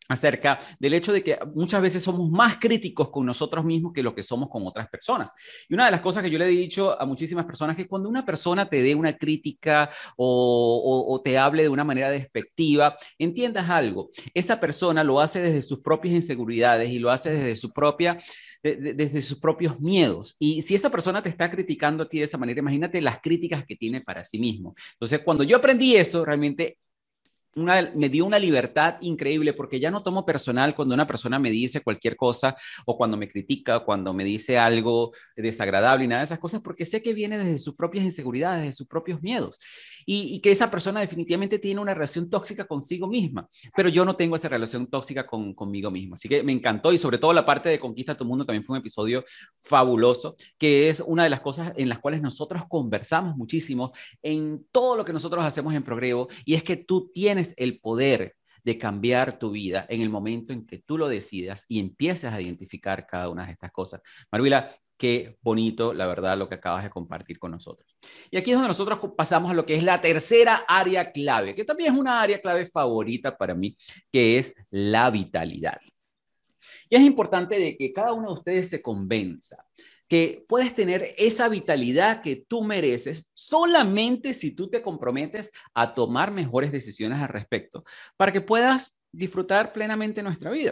acerca del hecho de que muchas veces somos más críticos con nosotros mismos que lo que somos con otras personas. Y una de las cosas que yo le he dicho a muchísimas personas es que cuando una persona te dé una crítica o, o, o te hable de una manera despectiva, entiendas algo, esa persona lo hace desde sus propias inseguridades y lo hace desde su propia de, de, desde sus propios miedos. Y si esa persona te está criticando a ti de esa manera, imagínate las críticas que tiene para sí mismo. Entonces, cuando yo aprendí eso, realmente Una, me dio una libertad increíble porque ya no tomo personal cuando una persona me dice cualquier cosa o cuando me critica, o cuando me dice algo desagradable y nada de esas cosas, porque sé que viene desde sus propias inseguridades, de sus propios miedos y, y que esa persona definitivamente tiene una relación tóxica consigo misma, pero yo no tengo esa relación tóxica con, conmigo misma. Así que me encantó y sobre todo la parte de Conquista tu Mundo también fue un episodio fabuloso, que es una de las cosas en las cuales nosotros conversamos muchísimo en todo lo que nosotros hacemos en Progrevo y es que tú tienes el poder de cambiar tu vida en el momento en que tú lo decidas y empieces a identificar cada una de estas cosas. Marvila, qué bonito, la verdad, lo que acabas de compartir con nosotros. Y aquí es donde nosotros pasamos a lo que es la tercera área clave, que también es una área clave favorita para mí, que es la vitalidad. Y es importante de que cada uno de ustedes se convenza que puedes tener esa vitalidad que tú mereces solamente si tú te comprometes a tomar mejores decisiones al respecto, para que puedas disfrutar plenamente nuestra vida.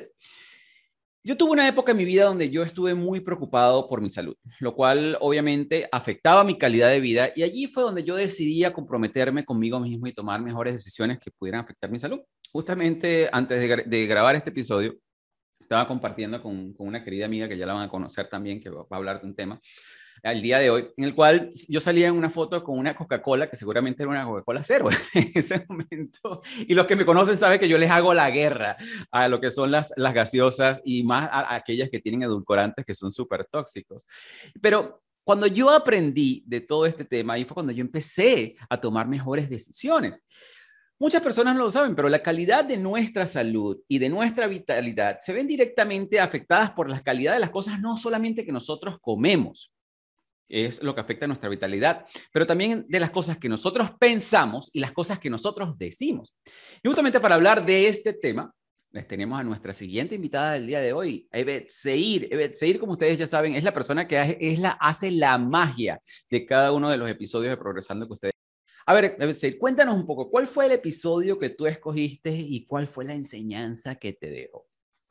Yo tuve una época en mi vida donde yo estuve muy preocupado por mi salud, lo cual obviamente afectaba mi calidad de vida y allí fue donde yo decidí a comprometerme conmigo mismo y tomar mejores decisiones que pudieran afectar mi salud. Justamente antes de, de grabar este episodio, estaba compartiendo con, con una querida amiga que ya la van a conocer también, que va, va a hablar de un tema al día de hoy, en el cual yo salía en una foto con una Coca-Cola, que seguramente era una Coca-Cola cero en ese momento, y los que me conocen saben que yo les hago la guerra a lo que son las, las gaseosas y más a, a aquellas que tienen edulcorantes que son súper tóxicos. Pero cuando yo aprendí de todo este tema, ahí fue cuando yo empecé a tomar mejores decisiones. Muchas personas no lo saben, pero la calidad de nuestra salud y de nuestra vitalidad se ven directamente afectadas por la calidad de las cosas, no solamente que nosotros comemos, es lo que afecta a nuestra vitalidad, pero también de las cosas que nosotros pensamos y las cosas que nosotros decimos. Y justamente para hablar de este tema, les tenemos a nuestra siguiente invitada del día de hoy, Evet Seir. Evet Seir, como ustedes ya saben, es la persona que hace, es la, hace la magia de cada uno de los episodios de Progresando que ustedes. A ver, cuéntanos un poco, ¿cuál fue el episodio que tú escogiste y cuál fue la enseñanza que te dejó?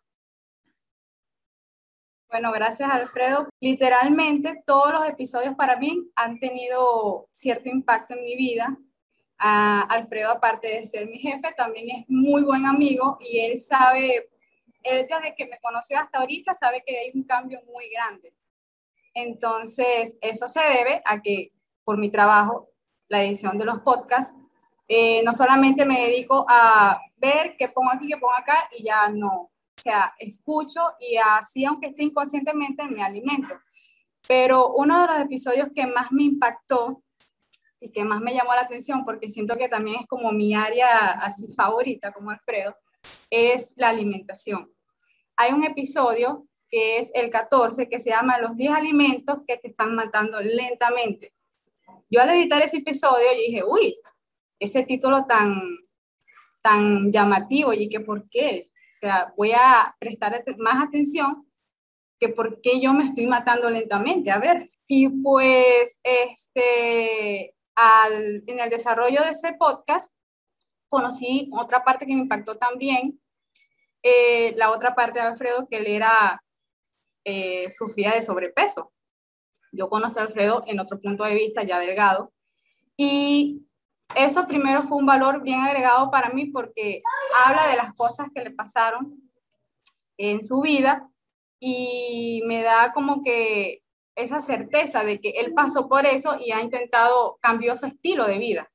Bueno, gracias, Alfredo. Literalmente todos los episodios para mí han tenido cierto impacto en mi vida. Uh, Alfredo, aparte de ser mi jefe, también es muy buen amigo y él sabe, él desde que me conoció hasta ahorita sabe que hay un cambio muy grande. Entonces, eso se debe a que por mi trabajo, la edición de los podcasts, eh, no solamente me dedico a ver qué pongo aquí, qué pongo acá y ya no, o sea, escucho y así, aunque esté inconscientemente, me alimento. Pero uno de los episodios que más me impactó y que más me llamó la atención, porque siento que también es como mi área así favorita, como Alfredo, es la alimentación. Hay un episodio que es el catorce, que se llama Los diez alimentos que te están matando lentamente. Yo al editar ese episodio, yo dije, uy, ese título tan, tan llamativo, y que ¿por qué? O sea, voy a prestar más atención que por qué yo me estoy matando lentamente, a ver. Y pues, este, al, en el desarrollo de ese podcast, conocí otra parte que me impactó también, eh, la otra parte de Alfredo, que él era, eh, sufría de sobrepeso. Yo conocí a Alfredo en otro punto de vista, ya delgado, y eso primero fue un valor bien agregado para mí porque habla de las cosas que le pasaron en su vida y me da como que esa certeza de que él pasó por eso y ha intentado, cambió su estilo de vida.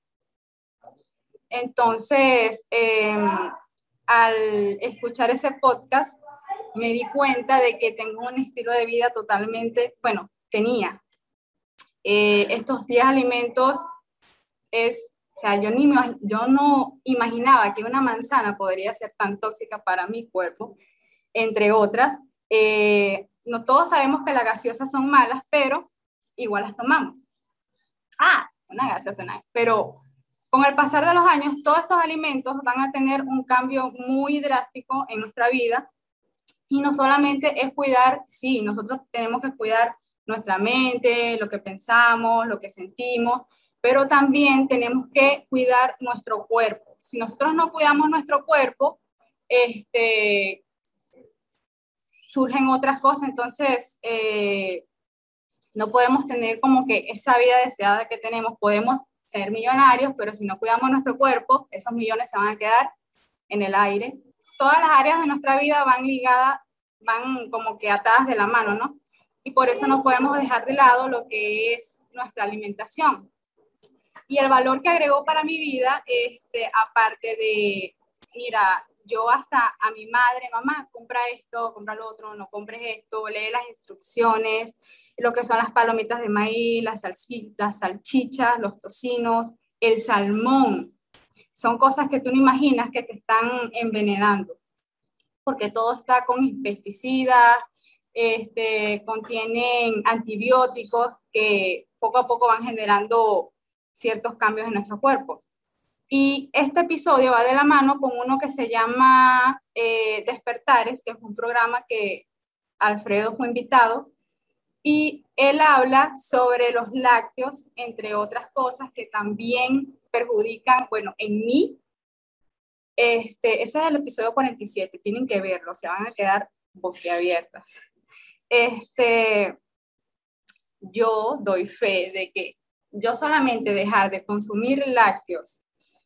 Entonces, eh, al escuchar ese podcast, me di cuenta de que tengo un estilo de vida totalmente, bueno, tenía. Eh, estos diez alimentos es, o sea, yo, ni, yo no imaginaba que una manzana podría ser tan tóxica para mi cuerpo, entre otras. Eh, no todos sabemos que las gaseosas son malas, pero igual las tomamos. Ah, una gaseosa, pero Con el pasar de los años, todos estos alimentos van a tener un cambio muy drástico en nuestra vida. Y no solamente es cuidar, sí, nosotros tenemos que cuidar nuestra mente, lo que pensamos, lo que sentimos, pero también tenemos que cuidar nuestro cuerpo. Si nosotros no cuidamos nuestro cuerpo, este, surgen otras cosas, entonces eh, no podemos tener como que esa vida deseada que tenemos. Podemos ser millonarios, pero si no cuidamos nuestro cuerpo, esos millones se van a quedar en el aire. Todas las áreas de nuestra vida van ligadas, van como que atadas de la mano, ¿no? Y por eso no podemos dejar de lado lo que es nuestra alimentación. Y el valor que agregó para mi vida, este, aparte de, mira, yo hasta a mi madre, mamá, compra esto, compra lo otro, no compres esto, lee las instrucciones, lo que son las palomitas de maíz, las, salchichas, las salchichas, los tocinos, el salmón. Son cosas que tú no imaginas que te están envenenando, porque todo está con pesticidas, este, contienen antibióticos que poco a poco van generando ciertos cambios en nuestro cuerpo. Y este episodio va de la mano con uno que se llama eh, Despertares, que es un programa que Alfredo fue invitado, y él habla sobre los lácteos, entre otras cosas que también perjudican, bueno, en mí, este, ese es el episodio cuarenta y siete, tienen que verlo, se van a quedar boquiabiertas. Este, yo doy fe de que yo solamente dejar de consumir lácteos,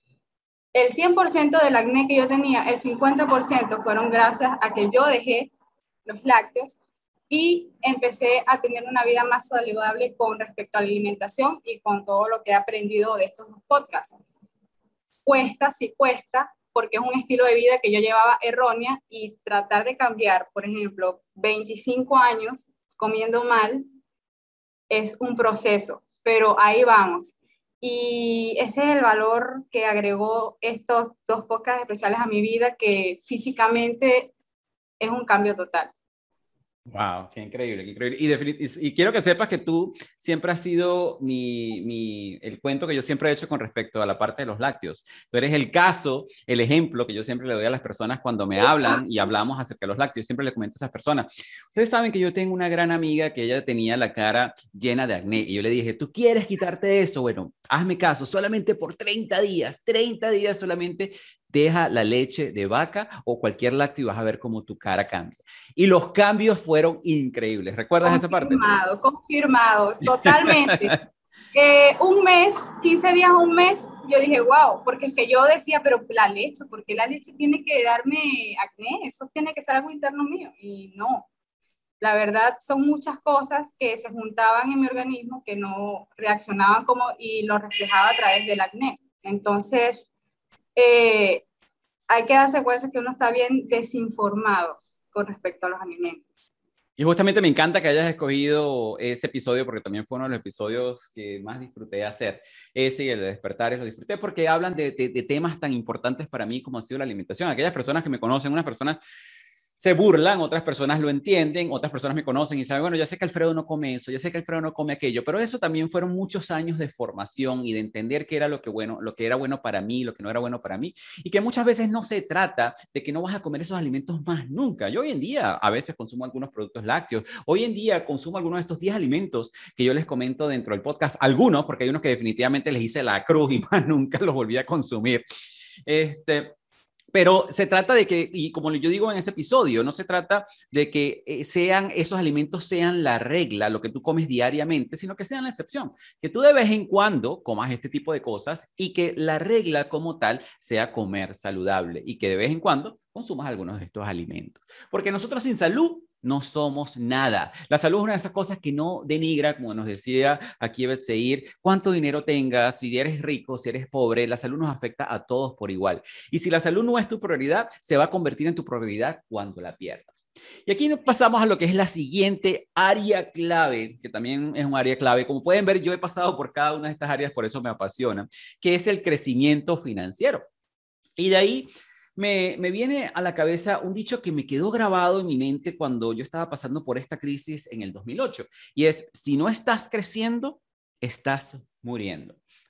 el cien por ciento del acné que yo tenía, el cincuenta por ciento fueron gracias a que yo dejé los lácteos y empecé a tener una vida más saludable con respecto a la alimentación y con todo lo que he aprendido de estos podcasts. Cuesta, sí cuesta, porque es un estilo de vida que yo llevaba errónea y tratar de cambiar, por ejemplo, veinticinco años comiendo mal es un proceso, pero ahí vamos. Y ese es el valor que agregó estos dos podcasts especiales a mi vida, que físicamente es un cambio total. Wow, qué increíble, qué increíble. Y, y, y quiero que sepas que tú siempre has sido mi, mi, el cuento que yo siempre he hecho con respecto a la parte de los lácteos. Tú eres el caso, el ejemplo que yo siempre le doy a las personas cuando me hablan y hablamos acerca de los lácteos. Siempre le comento a esas personas. Ustedes saben que yo tengo una gran amiga que ella tenía la cara llena de acné y yo le dije, ¿tú quieres quitarte eso? Bueno, hazme caso, solamente por treinta días, treinta días solamente. Deja la leche de vaca o cualquier lácteo y vas a ver cómo tu cara cambia. Y los cambios fueron increíbles. ¿Recuerdas esa parte? Confirmado, confirmado, totalmente. eh, un mes, quince días, un mes, yo dije, wow, porque es que yo decía, pero la leche, ¿por qué la leche tiene que darme acné? Eso tiene que ser algo interno mío. Y no, la verdad son muchas cosas que se juntaban en mi organismo que no reaccionaban como y lo reflejaba a través del acné. Entonces, Eh, hay que darse cuenta que uno está bien desinformado con respecto a los alimentos. Y justamente me encanta que hayas escogido ese episodio porque también fue uno de los episodios que más disfruté hacer. Ese y el de Despertares lo disfruté porque hablan de, de, de temas tan importantes para mí como ha sido la alimentación. Aquellas personas que me conocen, unas personas se burlan, otras personas lo entienden, otras personas me conocen y saben, bueno, ya sé que Alfredo no come eso, ya sé que Alfredo no come aquello, pero eso también fueron muchos años de formación y de entender qué era lo que, bueno, lo que era bueno para mí, lo que no era bueno para mí, y que muchas veces no se trata de que no vas a comer esos alimentos más nunca. Yo hoy en día a veces consumo algunos productos lácteos, hoy en día consumo algunos de estos diez alimentos que yo les comento dentro del podcast, algunos, porque hay unos que definitivamente les hice la cruz y más nunca los volví a consumir. Este... Pero se trata de que, y como yo digo en ese episodio, no se trata de que sean esos alimentos sean la regla, lo que tú comes diariamente, sino que sean la excepción. Que tú de vez en cuando comas este tipo de cosas y que la regla como tal sea comer saludable y que de vez en cuando consumas algunos de estos alimentos. Porque nosotros sin salud no somos nada. La salud es una de esas cosas que no denigra, como nos decía aquí Betseir, cuánto dinero tengas, si eres rico, si eres pobre, la salud nos afecta a todos por igual. Y si la salud no es tu prioridad, se va a convertir en tu prioridad cuando la pierdas. Y aquí pasamos a lo que es la siguiente área clave, que también es un área clave. Como pueden ver, yo he pasado por cada una de estas áreas, por eso me apasiona, que es el crecimiento financiero. Y de ahí Me, me viene a la cabeza un dicho que me quedó grabado en mi mente cuando yo estaba pasando por esta crisis en el dos mil ocho, y es, si no estás creciendo, estás muriendo.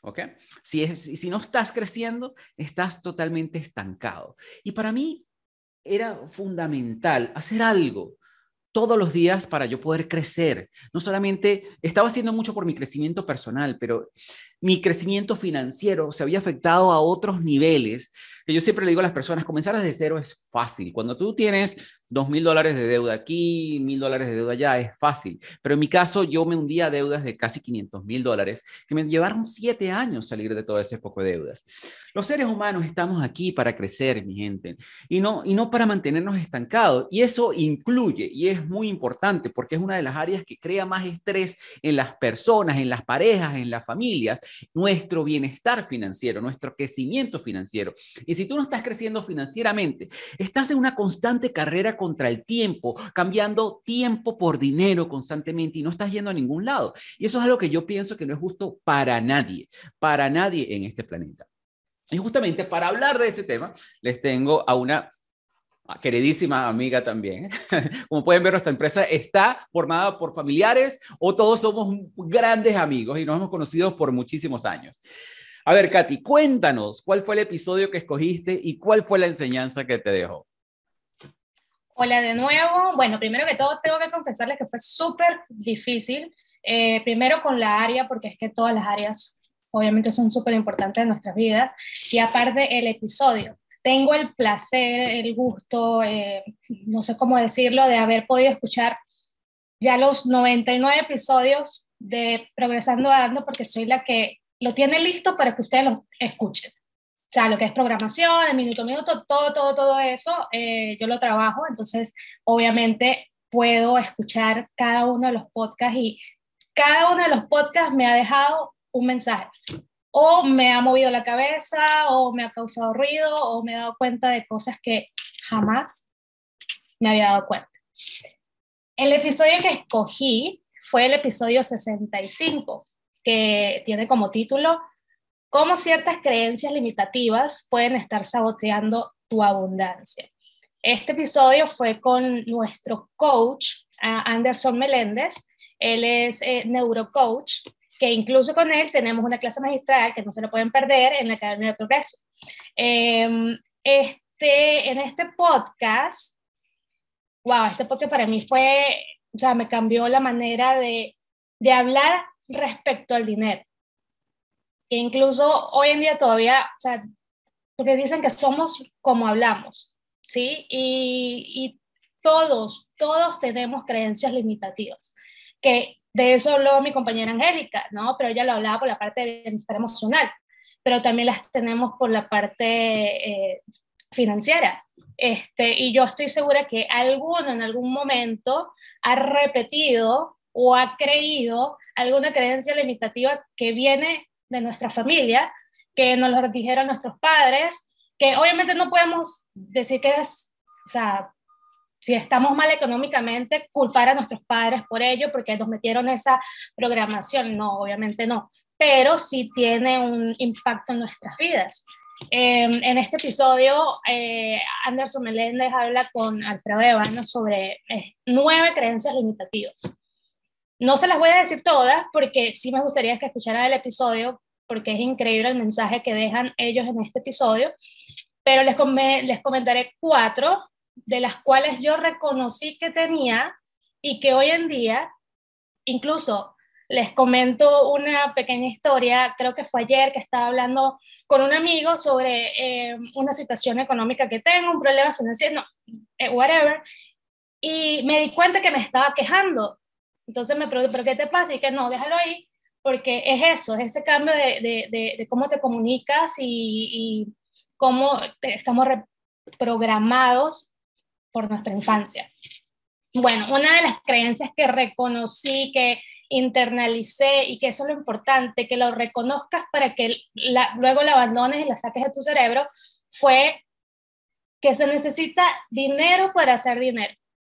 ¿Ok? Si, es, si no estás creciendo, estás totalmente estancado. Y para mí era fundamental hacer algo todos los días para yo poder crecer. No solamente estaba haciendo mucho por mi crecimiento personal, pero mi crecimiento financiero se había afectado a otros niveles, que yo siempre le digo a las personas, comenzar desde cero es fácil. Cuando tú tienes dos mil dólares de deuda aquí, mil dólares de deuda allá, es fácil. Pero en mi caso, yo me hundía a deudas de casi quinientos mil dólares, que me llevaron siete años salir de todo ese poco de deudas. Los seres humanos estamos aquí para crecer, mi gente, y no, y no para mantenernos estancados. Y eso incluye, y es muy importante, porque es una de las áreas que crea más estrés en las personas, en las parejas, en las familias, nuestro bienestar financiero, nuestro crecimiento financiero. Y si tú no estás creciendo financieramente, estás en una constante carrera contra el tiempo, cambiando tiempo por dinero constantemente y no estás yendo a ningún lado. Y eso es algo que yo pienso que no es justo para nadie, para nadie en este planeta. Y justamente para hablar de ese tema, les tengo a una queridísima amiga también. Como pueden ver, nuestra empresa está formada por familiares o todos somos grandes amigos y nos hemos conocido por muchísimos años. A ver, Katy, cuéntanos, ¿cuál fue el episodio que escogiste y cuál fue la enseñanza que te dejó? Hola de nuevo. Bueno, primero que todo tengo que confesarles que fue súper difícil. Eh, primero con la área, porque es que todas las áreas obviamente son súper importantes en nuestras vidas. Y aparte el episodio. Tengo el placer, el gusto, eh, no sé cómo decirlo, de haber podido escuchar ya los noventa y nueve episodios de Progresando Ando, porque soy la que lo tiene listo para que ustedes lo escuchen. O sea, lo que es programación, el minuto a minuto, todo, todo, todo eso, eh, yo lo trabajo, entonces obviamente puedo escuchar cada uno de los podcasts y cada uno de los podcasts me ha dejado un mensaje. O me ha movido la cabeza, o me ha causado ruido, o me he dado cuenta de cosas que jamás me había dado cuenta. El episodio que escogí fue el episodio sesenta y cinco, que tiene como título cómo ciertas creencias limitativas pueden estar saboteando tu abundancia. Este episodio fue con nuestro coach, Anderson Meléndez. Él es eh, neurocoach, que incluso con él tenemos una clase magistral que no se lo pueden perder en la Academia de Progreso. Eh, este, en este podcast, wow, este podcast para mí fue, o sea, me cambió la manera de, de hablar respecto al dinero. Que incluso hoy en día todavía, o sea, porque dicen que somos como hablamos, ¿sí? Y, y todos, todos tenemos creencias limitativas, que de eso habló mi compañera Angélica, ¿no? Pero ella lo hablaba por la parte de bienestar emocional, pero también las tenemos por la parte eh, financiera. Este, y yo estoy segura que alguno en algún momento ha repetido o ha creído alguna creencia limitativa que viene de nuestra familia, que nos lo dijeron nuestros padres, que obviamente no podemos decir que es, o sea, si estamos mal económicamente, culpar a nuestros padres por ello, porque nos metieron esa programación. No, obviamente no, pero sí tiene un impacto en nuestras vidas. Eh, en este episodio, eh, Anderson Meléndez habla con Alfredo Devane sobre eh, nueve creencias limitativas. No se las voy a decir todas, porque sí me gustaría que escucharan el episodio, porque es increíble el mensaje que dejan ellos en este episodio, pero les, com les comentaré cuatro de las cuales yo reconocí que tenía y que hoy en día, incluso les comento una pequeña historia, creo que fue ayer que estaba hablando con un amigo sobre eh, una situación económica que tengo, un problema financiero, no, eh, whatever, y me di cuenta que me estaba quejando. Entonces me pregunté, ¿pero qué te pasa? Y que no, déjalo ahí, porque es eso, es ese cambio de, de, de, de cómo te comunicas y, y cómo te, estamos reprogramados por nuestra infancia. Bueno, una de las creencias que reconocí, que internalicé y que eso es lo importante, que lo reconozcas para que la, luego la abandones y la saques de tu cerebro, fue que se necesita dinero para hacer dinero,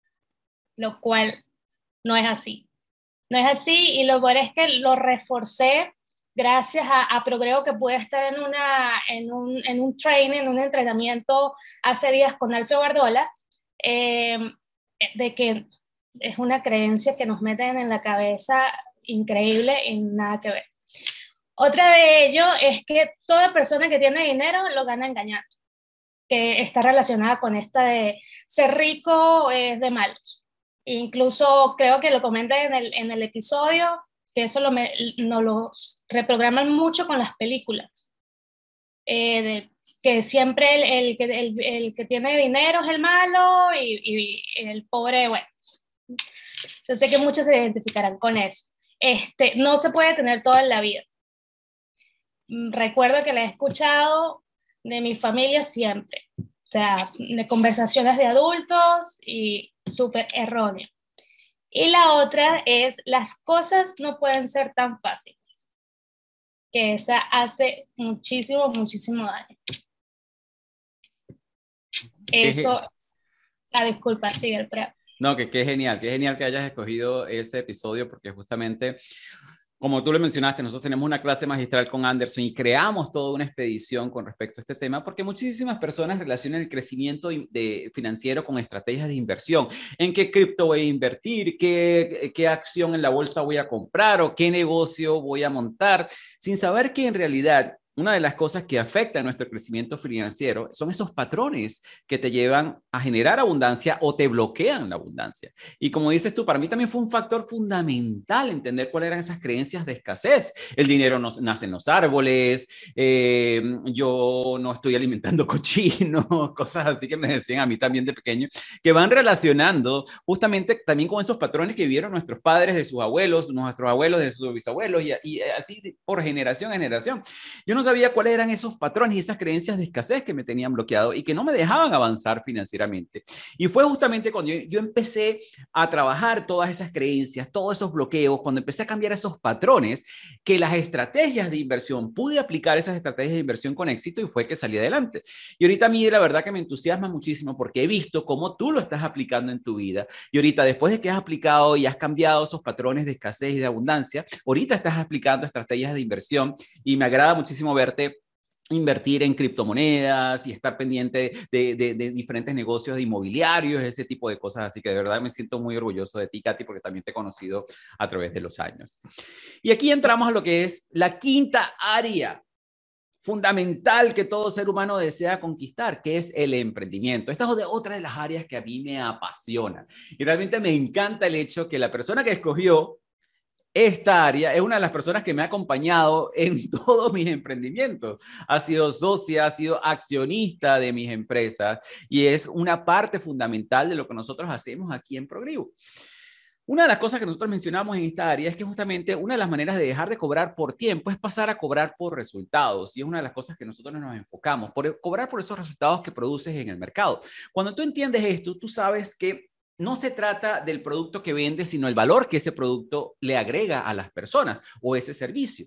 lo cual no es así. No es así y lo peor es que lo reforcé gracias a, a Progreso, que pude estar en, una, en, un, en un training, en un entrenamiento hace días con Alfio Bardola, eh, de que es una creencia que nos meten en la cabeza increíble y nada que ver. Otra de ello es que toda persona que tiene dinero lo gana engañando, que está relacionada con esta de ser rico es de malos. Incluso creo que lo comenté en el, en el episodio, que eso lo me, nos lo reprograman mucho con las películas. Eh, de, que siempre el, el, el, el, el que tiene dinero es el malo y, y el pobre, bueno. Yo sé que muchos se identificarán con eso. Este, no se puede tener todo en la vida. Recuerdo que la he escuchado de mi familia siempre, o sea, de conversaciones de adultos y súper erróneo. Y la otra es, las cosas no pueden ser tan fáciles, que esa hace muchísimo, muchísimo daño. Eso, la disculpa, sigue el pre. No, que qué genial, qué genial que hayas escogido ese episodio, porque justamente, como tú lo mencionaste, nosotros tenemos una clase magistral con Anderson y creamos toda una expedición con respecto a este tema, porque muchísimas personas relacionan el crecimiento de financiero con estrategias de inversión. ¿En qué cripto voy a invertir? ¿Qué, qué acción en la bolsa voy a comprar? ¿O qué negocio voy a montar? Sin saber que en realidad una de las cosas que afecta a nuestro crecimiento financiero son esos patrones que te llevan a generar abundancia o te bloquean la abundancia. Y como dices tú, para mí también fue un factor fundamental entender cuáles eran esas creencias de escasez. El dinero no nace en los árboles, eh, yo no estoy alimentando cochinos, cosas así que me decían a mí también de pequeño, que van relacionando justamente también con esos patrones que vivieron nuestros padres de sus abuelos, nuestros abuelos de sus bisabuelos y, y así por generación en generación. Yo no sabía cuáles eran esos patrones y esas creencias de escasez que me tenían bloqueado y que no me dejaban avanzar financieramente. Y fue justamente cuando yo, yo empecé a trabajar todas esas creencias, todos esos bloqueos, cuando empecé a cambiar esos patrones, que las estrategias de inversión, pude aplicar esas estrategias de inversión con éxito y fue que salí adelante. Y ahorita a mí la verdad que me entusiasma muchísimo porque he visto cómo tú lo estás aplicando en tu vida. Y ahorita después de que has aplicado y has cambiado esos patrones de escasez y de abundancia, ahorita estás aplicando estrategias de inversión y me agrada muchísimo verte invertir en criptomonedas y estar pendiente de, de, de diferentes negocios de inmobiliarios, ese tipo de cosas. Así que de verdad me siento muy orgulloso de ti, Katy, porque también te he conocido a través de los años. Y aquí entramos a lo que es la quinta área fundamental que todo ser humano desea conquistar, que es el emprendimiento. Esta es otra de las áreas que a mí me apasiona. Y realmente me encanta el hecho que la persona que escogió esta área es una de las personas que me ha acompañado en todos mis emprendimientos. Ha sido socia, ha sido accionista de mis empresas y es una parte fundamental de lo que nosotros hacemos aquí en Progrivo. Una de las cosas que nosotros mencionamos en esta área es que justamente una de las maneras de dejar de cobrar por tiempo es pasar a cobrar por resultados. Y es una de las cosas que nosotros nos enfocamos, por cobrar por esos resultados que produces en el mercado. Cuando tú entiendes esto, tú sabes que no se trata del producto que vendes, sino el valor que ese producto le agrega a las personas o ese servicio.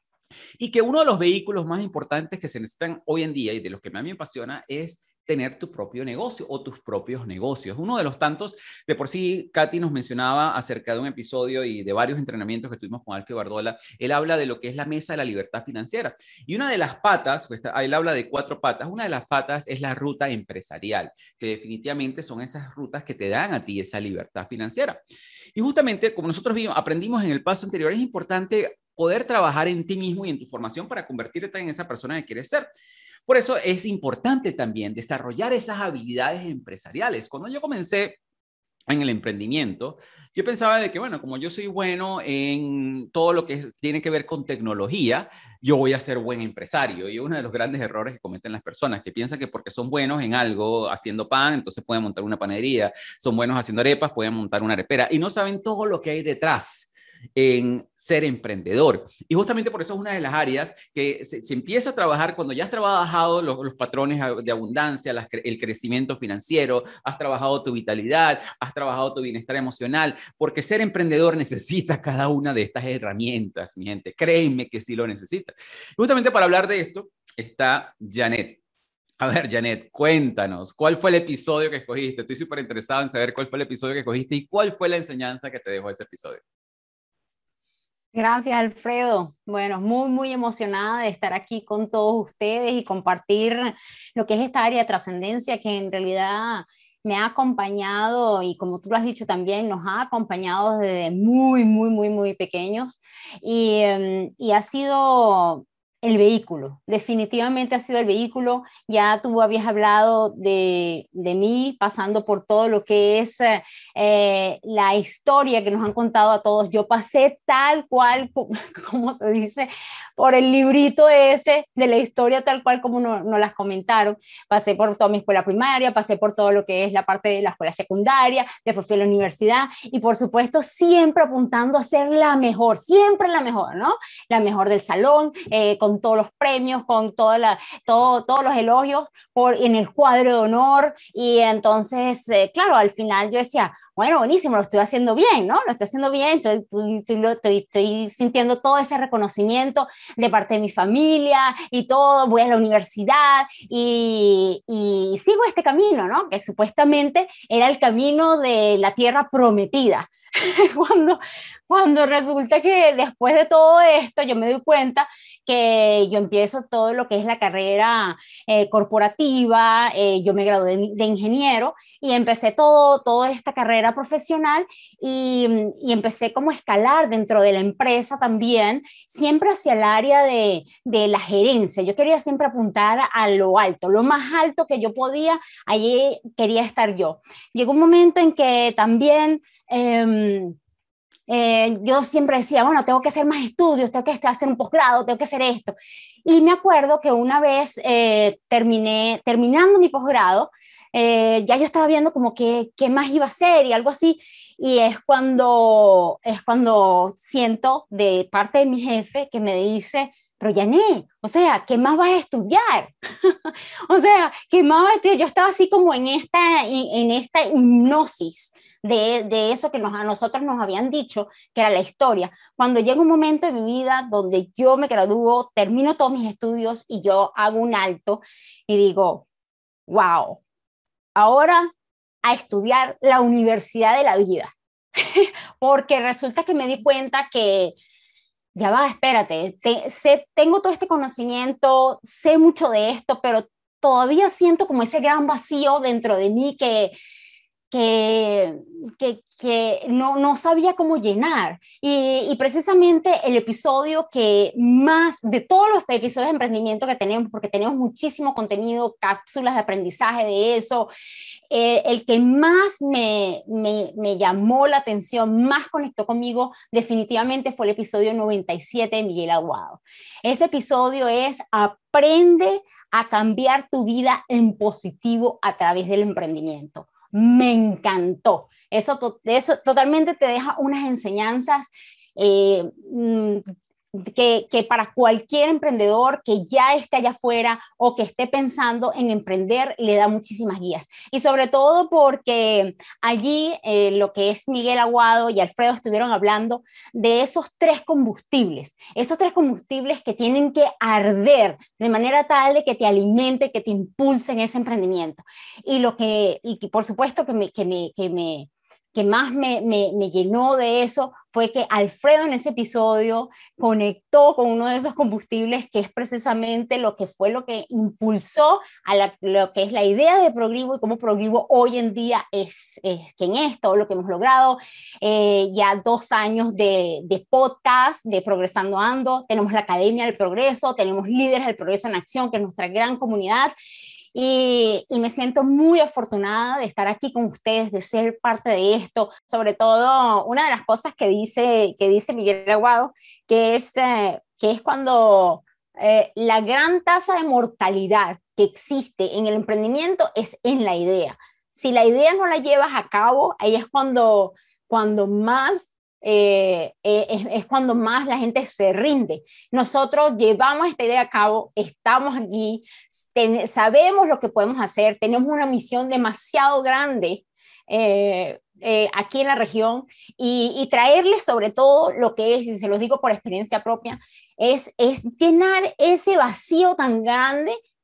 Y que uno de los vehículos más importantes que se necesitan hoy en día y de los que a mí me apasiona es tener tu propio negocio o tus propios negocios. Uno de los tantos, de por sí, Katy nos mencionaba acerca de un episodio y de varios entrenamientos que tuvimos con Alfie Bardola. Él habla de lo que es la mesa de la libertad financiera. Y una de las patas, pues, él habla de cuatro patas, una de las patas es la ruta empresarial, que definitivamente son esas rutas que te dan a ti esa libertad financiera. Y justamente, como nosotros vimos, aprendimos en el paso anterior, es importante poder trabajar en ti mismo y en tu formación para convertirte en esa persona que quieres ser. Por eso es importante también desarrollar esas habilidades empresariales. Cuando yo comencé en el emprendimiento, yo pensaba de que, bueno, como yo soy bueno en todo lo que tiene que ver con tecnología, yo voy a ser buen empresario. Y uno de los grandes errores que cometen las personas, que piensan que porque son buenos en algo, haciendo pan, entonces pueden montar una panadería, son buenos haciendo arepas, pueden montar una arepera, y no saben todo lo que hay detrás en ser emprendedor. Y justamente por eso es una de las áreas que se, se empieza a trabajar cuando ya has trabajado los, los patrones de abundancia, las, el crecimiento financiero, has trabajado tu vitalidad, has trabajado tu bienestar emocional, porque ser emprendedor necesita cada una de estas herramientas, mi gente. Créanme que sí lo necesita. Y justamente para hablar de esto está Janet. A ver, Janet, cuéntanos, ¿cuál fue el episodio que escogiste? Estoy súper interesado en saber cuál fue el episodio que escogiste y cuál fue la enseñanza que te dejó ese episodio. Gracias, Alfredo. Bueno, muy, muy emocionada de estar aquí con todos ustedes y compartir lo que es esta área de trascendencia, que en realidad me ha acompañado, y como tú lo has dicho también, nos ha acompañado desde muy, muy, muy, muy pequeños, y, um, y ha sido el vehículo, definitivamente ha sido el vehículo. Ya tú habías hablado de, de mí, pasando por todo lo que es eh, la historia que nos han contado a todos. Yo pasé tal cual, como se dice, por el librito ese de la historia tal cual como nos no las comentaron. Pasé por toda mi escuela primaria, pasé por todo lo que es la parte de la escuela secundaria, después fui a la universidad, y por supuesto siempre apuntando a ser la mejor, siempre la mejor, ¿no? La mejor del salón, eh, con todos los premios, con toda la, todo, todos los elogios por, en el cuadro de honor. Y entonces, eh, claro, al final yo decía, bueno, buenísimo, lo estoy haciendo bien, ¿no? Lo estoy haciendo bien, estoy, estoy, estoy, estoy sintiendo todo ese reconocimiento de parte de mi familia y todo, voy a la universidad y, y sigo este camino, ¿no? Que supuestamente era el camino de la tierra prometida. Cuando, cuando resulta que después de todo esto yo me doy cuenta que yo empiezo todo lo que es la carrera eh, corporativa, eh, yo me gradué de, de ingeniero y empecé todo, toda esta carrera profesional, y, y empecé como a escalar dentro de la empresa también, siempre hacia el área de, de la gerencia. Yo quería siempre apuntar a lo alto, lo más alto que yo podía, allí quería estar yo. Llegó un momento en que también Eh, eh, yo siempre decía, bueno, tengo que hacer más estudios, tengo que hacer un posgrado, tengo que hacer esto. Y me acuerdo que una vez eh, terminé, terminando mi posgrado, eh, ya yo estaba viendo como que, qué más iba a hacer y algo así, y es cuando, es cuando siento de parte de mi jefe que me dice, pero Yané, o sea, ¿qué más vas a estudiar? O sea, ¿qué más vas a estudiar? Yo estaba así como en esta, en esta hipnosis de, de eso que nos, a nosotros nos habían dicho, que era la historia. Cuando llega un momento de mi vida donde yo me gradúo, termino todos mis estudios y yo hago un alto y digo, wow, ahora a estudiar la universidad de la vida. Porque resulta que me di cuenta que ya va, espérate, te, sé, tengo todo este conocimiento, sé mucho de esto, pero todavía siento como ese gran vacío dentro de mí que, que, que, que no, no sabía cómo llenar. Y, y precisamente el episodio que más, de todos los episodios de emprendimiento que tenemos, porque tenemos muchísimo contenido, cápsulas de aprendizaje de eso, eh, el que más me, me, me llamó la atención, más conectó conmigo, definitivamente fue el episodio noventa y siete de Miguel Aguado. Ese episodio es Aprende a cambiar tu vida en positivo a través del emprendimiento. Me encantó. Eso, to, eso totalmente te deja unas enseñanzas eh, que, que para cualquier emprendedor que ya esté allá afuera o que esté pensando en emprender, le da muchísimas guías. Y sobre todo porque allí eh, lo que es Miguel Aguado y Alfredo estuvieron hablando de esos tres combustibles, esos tres combustibles que tienen que arder de manera tal de que te alimente, que te impulse en ese emprendimiento. Y lo que, y que por supuesto que me, que me, que me que más me, me, me llenó de eso fue que Alfredo en ese episodio conectó con uno de esos combustibles que es precisamente lo que fue lo que impulsó a la, lo que es la idea de Progrivo y cómo Progrivo hoy en día es, es quien es, todo lo que hemos logrado, eh, ya dos años de, de podcast, de Progresando Ando, tenemos la Academia del Progreso, tenemos Líderes del Progreso en Acción, que es nuestra gran comunidad. Y, y me siento muy afortunada de estar aquí con ustedes, de ser parte de esto. Sobre todo, una de las cosas que dice, que dice Miguel Aguado, que es, eh, que es cuando eh, la gran tasa de mortalidad que existe en el emprendimiento es en la idea. Si la idea no la llevas a cabo, ahí es cuando, cuando más... Eh, eh, es, es cuando más la gente se rinde. Nosotros llevamos esta idea a cabo, estamos aquí, Ten, sabemos lo que podemos hacer, tenemos una misión demasiado grande eh, eh, aquí en la región y, y traerles sobre todo lo que es, y se los digo por experiencia propia, es, es llenar ese vacío tan grande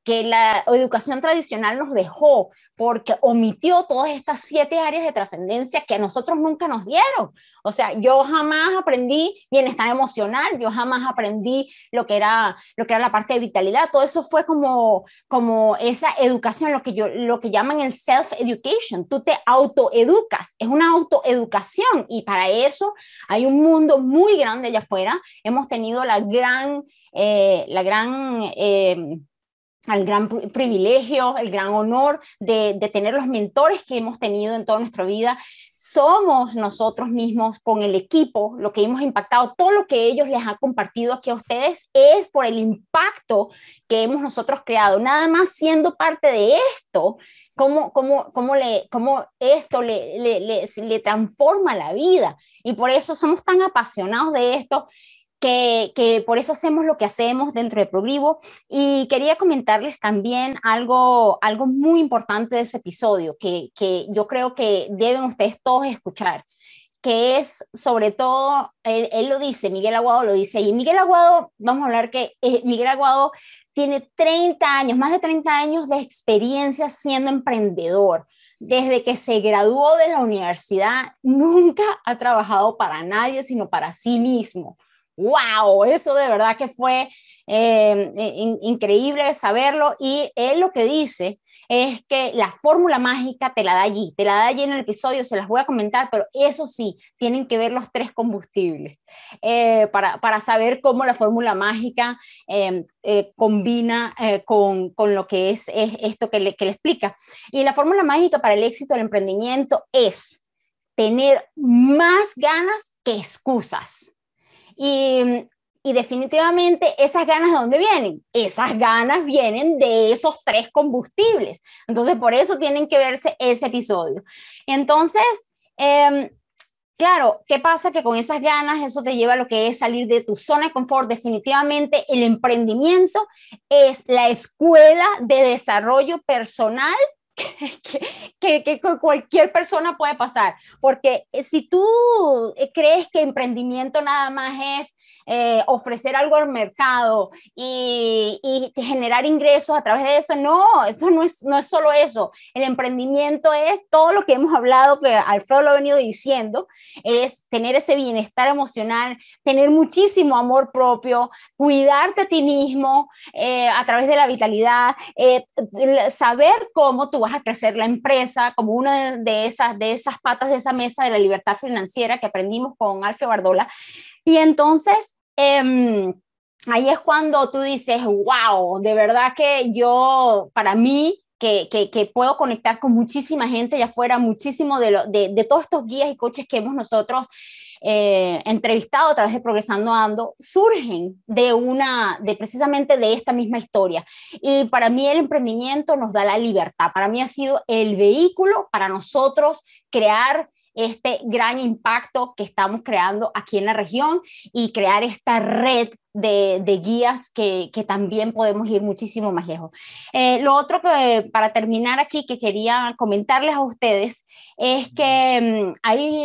que la educación tradicional nos dejó, porque omitió todas estas siete áreas de trascendencia que a nosotros nunca nos dieron. O sea, yo jamás aprendí bienestar emocional, yo jamás aprendí lo que era, lo que era la parte de vitalidad. Todo eso fue como, como esa educación, lo que, yo, lo que llaman el self-education. Tú te autoeducas, es una autoeducación, y para eso hay un mundo muy grande allá afuera. Hemos tenido la gran, eh, la gran eh, el gran privilegio, el gran honor de, de tener los mentores que hemos tenido en toda nuestra vida. Somos nosotros mismos con el equipo lo que hemos impactado. Todo lo que ellos les han compartido aquí a ustedes es por el impacto que hemos nosotros creado. Nada más siendo parte de esto, cómo, cómo, cómo, le, cómo esto le, le, le, le transforma la vida. Y por eso somos tan apasionados de esto, Que, que por eso hacemos lo que hacemos dentro de ProGrivo. Y quería comentarles también algo, algo muy importante de ese episodio, que, que yo creo que deben ustedes todos escuchar, que es sobre todo, él, él lo dice, Miguel Aguado lo dice, y Miguel Aguado, vamos a hablar que eh, Miguel Aguado tiene treinta años, más de treinta años de experiencia siendo emprendedor. Desde que se graduó de la universidad, nunca ha trabajado para nadie, sino para sí mismo. ¡Wow! Eso de verdad que fue eh, in, increíble saberlo. Y él lo que dice es que la fórmula mágica te la da allí, te la da allí en el episodio, se las voy a comentar, pero eso sí, tienen que ver los tres combustibles eh, para, para saber cómo la fórmula mágica eh, eh, combina eh, con, con lo que es, es esto que le, que le explica. Y la fórmula mágica para el éxito del emprendimiento es tener más ganas que excusas. Y, y definitivamente esas ganas, ¿de dónde vienen? Esas ganas vienen de esos tres combustibles. Entonces, por eso tienen que verse ese episodio. Entonces, eh, claro, ¿qué pasa? Que con esas ganas eso te lleva a lo que es salir de tu zona de confort. Definitivamente el emprendimiento es la escuela de desarrollo personal Que, que, que cualquier persona puede pasar, porque si tú crees que emprendimiento nada más es eh, ofrecer algo al mercado y, y generar ingresos a través de eso, no, eso no es, no es solo eso. El emprendimiento es todo lo que hemos hablado, que Alfredo lo ha venido diciendo, es tener ese bienestar emocional, tener muchísimo amor propio, cuidarte a ti mismo eh, a través de la vitalidad, eh, saber cómo tú vas a crecer la empresa como una de esas, de esas patas de esa mesa de la libertad financiera que aprendimos con Alfio Bardola. Y entonces eh, ahí es cuando tú dices, wow, de verdad que yo, para mí, que, que, que puedo conectar con muchísima gente allá afuera, muchísimo de, lo, de, de todos estos guías y coaches que hemos nosotros eh, entrevistado a través de Progresando Ando, surgen de una, de precisamente de esta misma historia. Y para mí el emprendimiento nos da la libertad. Para mí ha sido el vehículo para nosotros crear este gran impacto que estamos creando aquí en la región y crear esta red de, de guías que, que también podemos ir muchísimo más lejos. Eh, lo otro que, para terminar aquí, que quería comentarles a ustedes es que um, hay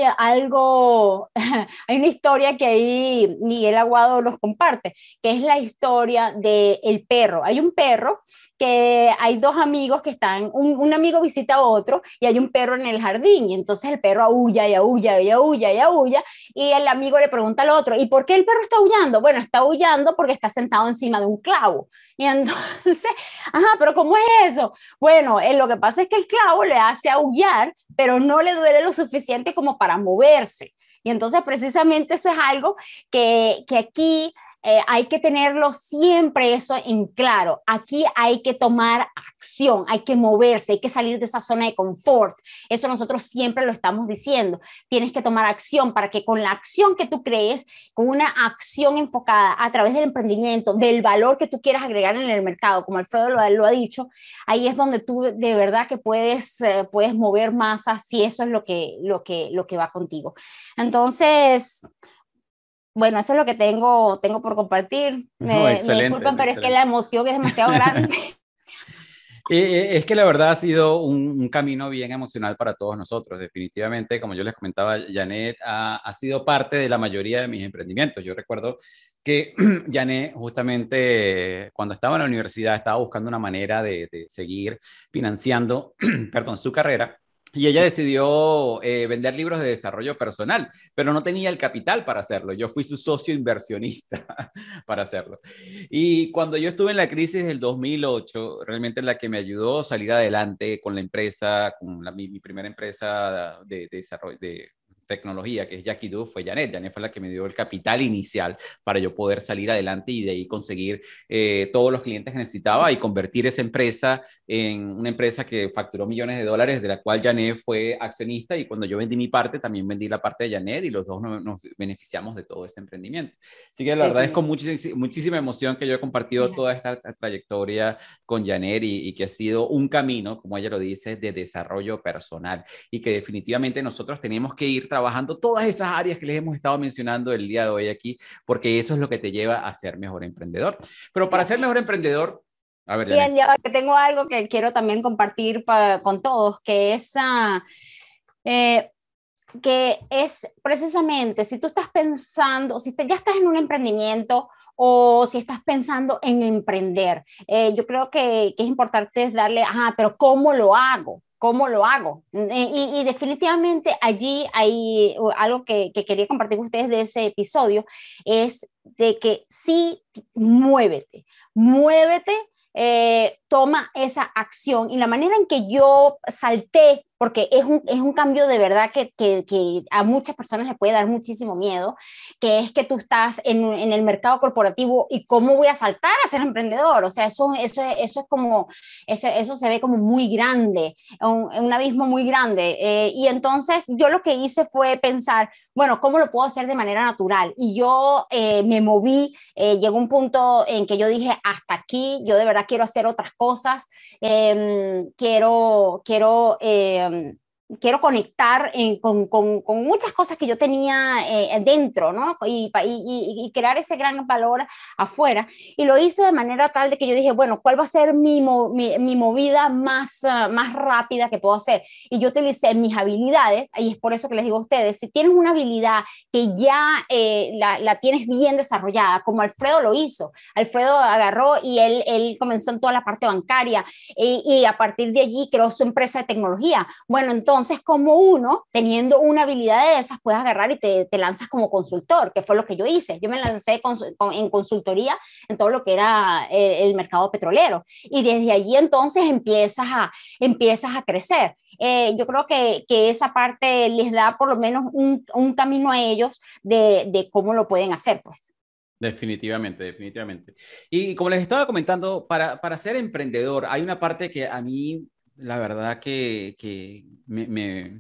algo, hay una historia que ahí Miguel Aguado nos comparte, que es la historia del perro. Hay un perro que hay dos amigos que están, un, un amigo visita a otro y hay un perro en el jardín y entonces el perro aúlla y aúlla y aúlla y aúlla y el amigo le pregunta al otro, ¿y por qué el perro está aullando? Bueno, está aullando porque está sentado encima de un clavo. Y entonces, ajá, pero ¿cómo es eso? Bueno, eh, lo que pasa es que el clavo le hace aullar, pero no le duele lo suficiente como para moverse. Y entonces precisamente eso es algo que, que aquí eh, hay que tenerlo siempre eso en claro. Aquí hay que tomar acción, hay que moverse, hay que salir de esa zona de confort. Eso nosotros siempre lo estamos diciendo. Tienes que tomar acción para que con la acción que tú crees, con una acción enfocada a través del emprendimiento, del valor que tú quieras agregar en el mercado, como Alfredo lo, lo ha dicho, ahí es donde tú de verdad que puedes, eh, puedes mover masas si eso es lo que, lo que, lo que va contigo. Entonces, bueno, eso es lo que tengo, tengo por compartir. Me, no, excelente, me disculpan, pero excelente. es que la emoción es demasiado grande. Eh, es que la verdad ha sido un, un camino bien emocional para todos nosotros. Definitivamente, como yo les comentaba, Janet ha, ha sido parte de la mayoría de mis emprendimientos. Yo recuerdo que Janet justamente cuando estaba en la universidad estaba buscando una manera de, de seguir financiando, perdón, su carrera. Y ella decidió eh, vender libros de desarrollo personal, pero no tenía el capital para hacerlo. Yo fui su socio inversionista para hacerlo. Y cuando yo estuve en la crisis del dos mil ocho, realmente la que me ayudó a salir adelante con la empresa, con la, mi, mi primera empresa de, de desarrollo de tecnología, que es Jackie Do, fue Janet. Janet fue la que me dio el capital inicial para yo poder salir adelante y de ahí conseguir eh, todos los clientes que necesitaba y convertir esa empresa en una empresa que facturó millones de dólares, de la cual Janet fue accionista, y cuando yo vendí mi parte, también vendí la parte de Janet y los dos nos, nos beneficiamos de todo este emprendimiento. Así que la verdad es con muchis, muchísima emoción que yo he compartido toda esta trayectoria con Janet y, y que ha sido un camino, como ella lo dice, de desarrollo personal y que definitivamente nosotros tenemos que ir trabajando todas esas áreas que les hemos estado mencionando el día de hoy aquí, porque eso es lo que te lleva a ser mejor emprendedor. Pero para ser mejor emprendedor, a ver, bien, ya que tengo algo que quiero también compartir pa, con todos, que es, uh, eh, que es precisamente si tú estás pensando, si te, ya estás en un emprendimiento o si estás pensando en emprender, eh, yo creo que, que es importante darle, ajá, pero ¿cómo lo hago? ¿Cómo lo hago? Y, y definitivamente allí hay algo que, que quería compartir con ustedes de ese episodio, es de que sí, muévete, muévete, eh, toma esa acción. Y la manera en que yo salté, porque es un, es un cambio de verdad que, que, que a muchas personas les puede dar muchísimo miedo, que es que tú estás en, en el mercado corporativo y cómo voy a saltar a ser emprendedor. O sea, eso, eso, eso es como, eso, eso se ve como muy grande, un, un abismo muy grande. Eh, y entonces yo lo que hice fue pensar, bueno, ¿cómo lo puedo hacer de manera natural? Y yo eh, me moví, eh, llegó un punto en que yo dije, hasta aquí, yo de verdad quiero hacer otras cosas, eh, quiero, quiero eh, quiero conectar en, con, con, con muchas cosas que yo tenía eh, dentro, ¿no? Y, y, y crear ese gran valor afuera. Y lo hice de manera tal de que yo dije, bueno, ¿cuál va a ser mi, mi, mi movida más, uh, más rápida que puedo hacer? Y yo utilicé mis habilidades, y es por eso que les digo a ustedes, si tienes una habilidad que ya eh, la, la tienes bien desarrollada, como Alfredo lo hizo, Alfredo agarró y él, él comenzó en toda la parte bancaria, y, y a partir de allí creó su empresa de tecnología. Bueno, entonces, Entonces, como uno, teniendo una habilidad de esas, puedes agarrar y te, te lanzas como consultor, que fue lo que yo hice. Yo me lancé con, con, en consultoría en todo lo que era eh, el mercado petrolero. Y desde allí entonces empiezas a, empiezas a crecer. Eh, yo creo que, que esa parte les da por lo menos un, un camino a ellos de, de cómo lo pueden hacer, pues. Definitivamente, definitivamente. Y como les estaba comentando, para, para ser emprendedor, hay una parte que a mí, la verdad que, que me, me,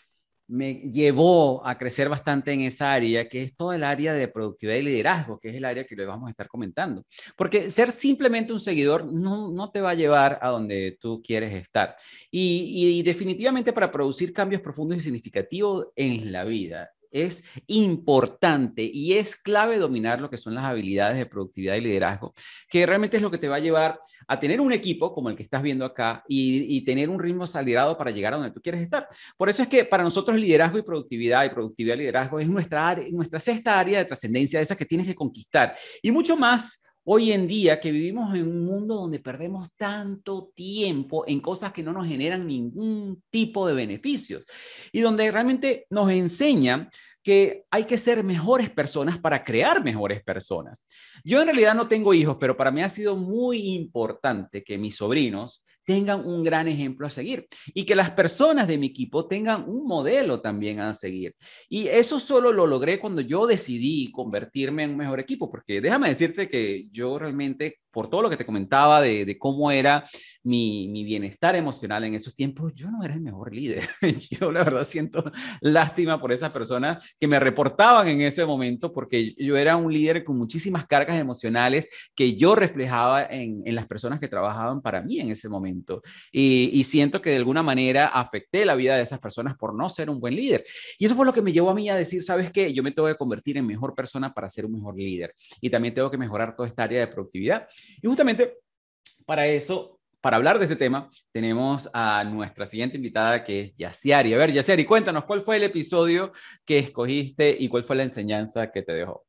me llevó a crecer bastante en esa área, que es todo el área de productividad y liderazgo, que es el área que les vamos a estar comentando. Porque ser simplemente un seguidor no, no te va a llevar a donde tú quieres estar. Y, y definitivamente para producir cambios profundos y significativos en la vida, es importante y es clave dominar lo que son las habilidades de productividad y liderazgo, que realmente es lo que te va a llevar a tener un equipo como el que estás viendo acá y, y tener un ritmo acelerado para llegar a donde tú quieres estar. Por eso es que para nosotros liderazgo y productividad y productividad y liderazgo es nuestra, área, nuestra sexta área de trascendencia, esa que tienes que conquistar. Y mucho más hoy en día que vivimos en un mundo donde perdemos tanto tiempo en cosas que no nos generan ningún tipo de beneficios y donde realmente nos enseñan que hay que ser mejores personas para crear mejores personas. Yo en realidad no tengo hijos, pero para mí ha sido muy importante que mis sobrinos tengan un gran ejemplo a seguir y que las personas de mi equipo tengan un modelo también a seguir. Y eso solo lo logré cuando yo decidí convertirme en un mejor equipo, porque déjame decirte que yo realmente, por todo lo que te comentaba de, de cómo era mi, mi bienestar emocional en esos tiempos, yo no era el mejor líder. Yo la verdad siento lástima por esas personas que me reportaban en ese momento, porque yo era un líder con muchísimas cargas emocionales que yo reflejaba en, en las personas que trabajaban para mí en ese momento. Y, y siento que de alguna manera afecté la vida de esas personas por no ser un buen líder. Y eso fue lo que me llevó a mí a decir, ¿sabes qué? Yo me tengo que convertir en mejor persona para ser un mejor líder. Y también tengo que mejorar toda esta área de productividad. Y justamente para eso para hablar de este tema, tenemos a nuestra siguiente invitada, que es Yaciari. A ver, Yaciari, cuéntanos, ¿cuál fue el episodio que escogiste y cuál fue la enseñanza que te dejó?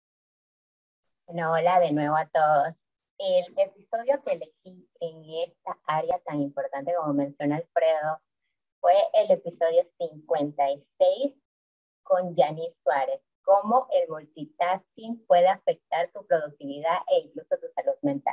Bueno, hola de nuevo a todos. El episodio que elegí en esta área tan importante como menciona Alfredo fue el episodio cincuenta y seis con Yanis Suárez, cómo el multitasking puede afectar tu productividad e incluso tu salud mental.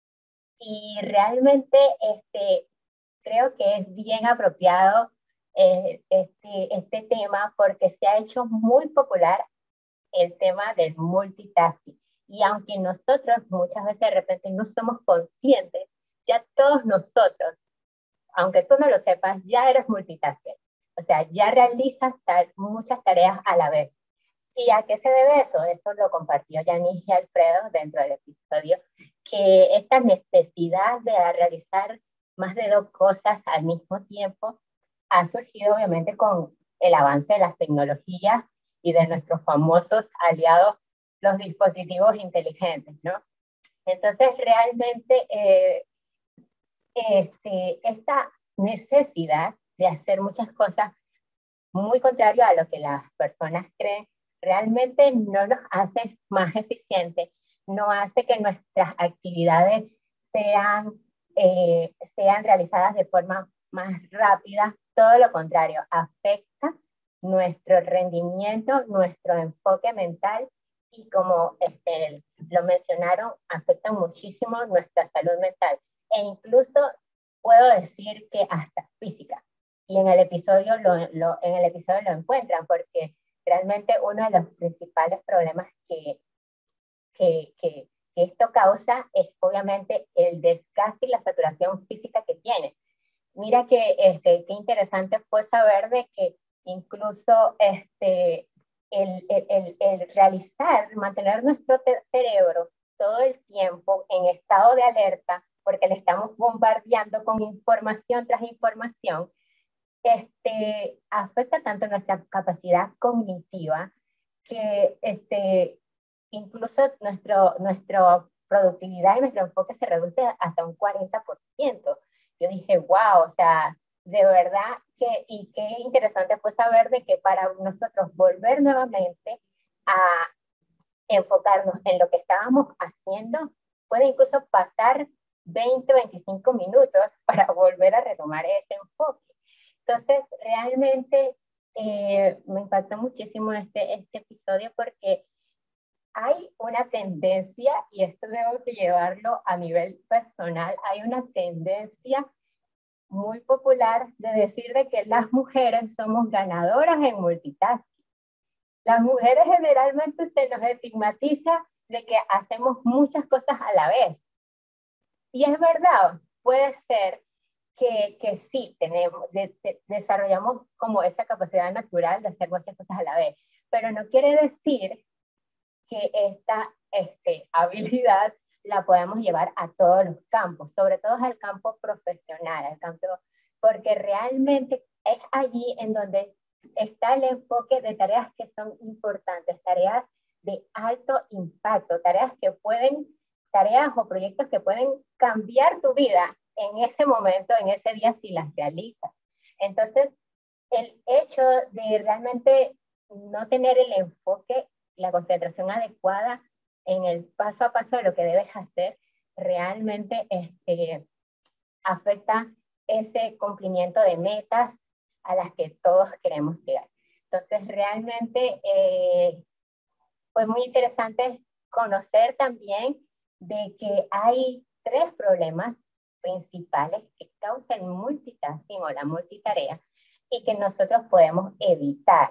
Y realmente este, creo que es bien apropiado eh, este, este tema porque se ha hecho muy popular el tema del multitasking. Y aunque nosotros muchas veces de repente no somos conscientes, ya todos nosotros, aunque tú no lo sepas, ya eres multitasker. O sea, ya realizas tar muchas tareas a la vez. ¿Y a qué se debe eso? Eso lo compartió Yanis y Alfredo dentro del episodio, que esta necesidad de realizar más de dos cosas al mismo tiempo ha surgido obviamente con el avance de las tecnologías y de nuestros famosos aliados, los dispositivos inteligentes, ¿no? Entonces, realmente, eh, este, esta necesidad de hacer muchas cosas muy contrario a lo que las personas creen, realmente no nos hace más eficientes, no hace que nuestras actividades sean, eh, sean realizadas de forma más rápida, todo lo contrario, afecta nuestro rendimiento, nuestro enfoque mental y como este, lo mencionaron, afecta muchísimo nuestra salud mental e incluso puedo decir que hasta física. Y en el episodio lo, lo, en el episodio lo encuentran porque realmente uno de los principales problemas que, que, que, que esto causa es obviamente el desgaste y la saturación física que tiene. Mira que este, qué interesante fue saber de que incluso este, el, el, el, el realizar, mantener nuestro cerebro todo el tiempo en estado de alerta, porque le estamos bombardeando con información tras información, este, afecta tanto nuestra capacidad cognitiva que este, incluso nuestro, nuestra productividad y nuestro enfoque se reduce hasta un cuarenta por ciento. Yo dije, wow, o sea, de verdad que, y qué interesante fue saber de que para nosotros volver nuevamente a enfocarnos en lo que estábamos haciendo, puede incluso pasar veinte o veinticinco minutos para volver a retomar ese enfoque. Entonces, realmente eh, me impactó muchísimo este, este episodio porque hay una tendencia, y esto debo de llevarlo a nivel personal, hay una tendencia muy popular de decir de que las mujeres somos ganadoras en multitasking. Las mujeres generalmente se nos estigmatiza de que hacemos muchas cosas a la vez. Y es verdad, puede ser que, que sí, tenemos, de, de, desarrollamos como esa capacidad natural de hacer muchas cosas a la vez, pero no quiere decir que esta este, habilidad la podemos llevar a todos los campos, sobre todo al campo profesional, al campo, porque realmente es allí en donde está el enfoque de tareas que son importantes, tareas de alto impacto, tareas que pueden, tareas o proyectos que pueden cambiar tu vida en ese momento, en ese día, si las realizas. Entonces, el hecho de realmente no tener el enfoque, la concentración adecuada en el paso a paso de lo que debes hacer, realmente este, afecta ese cumplimiento de metas a las que todos queremos llegar. Entonces, realmente eh, fue muy interesante conocer también de que hay tres problemas principales que causan el multitasking o la multitarea y que nosotros podemos evitar.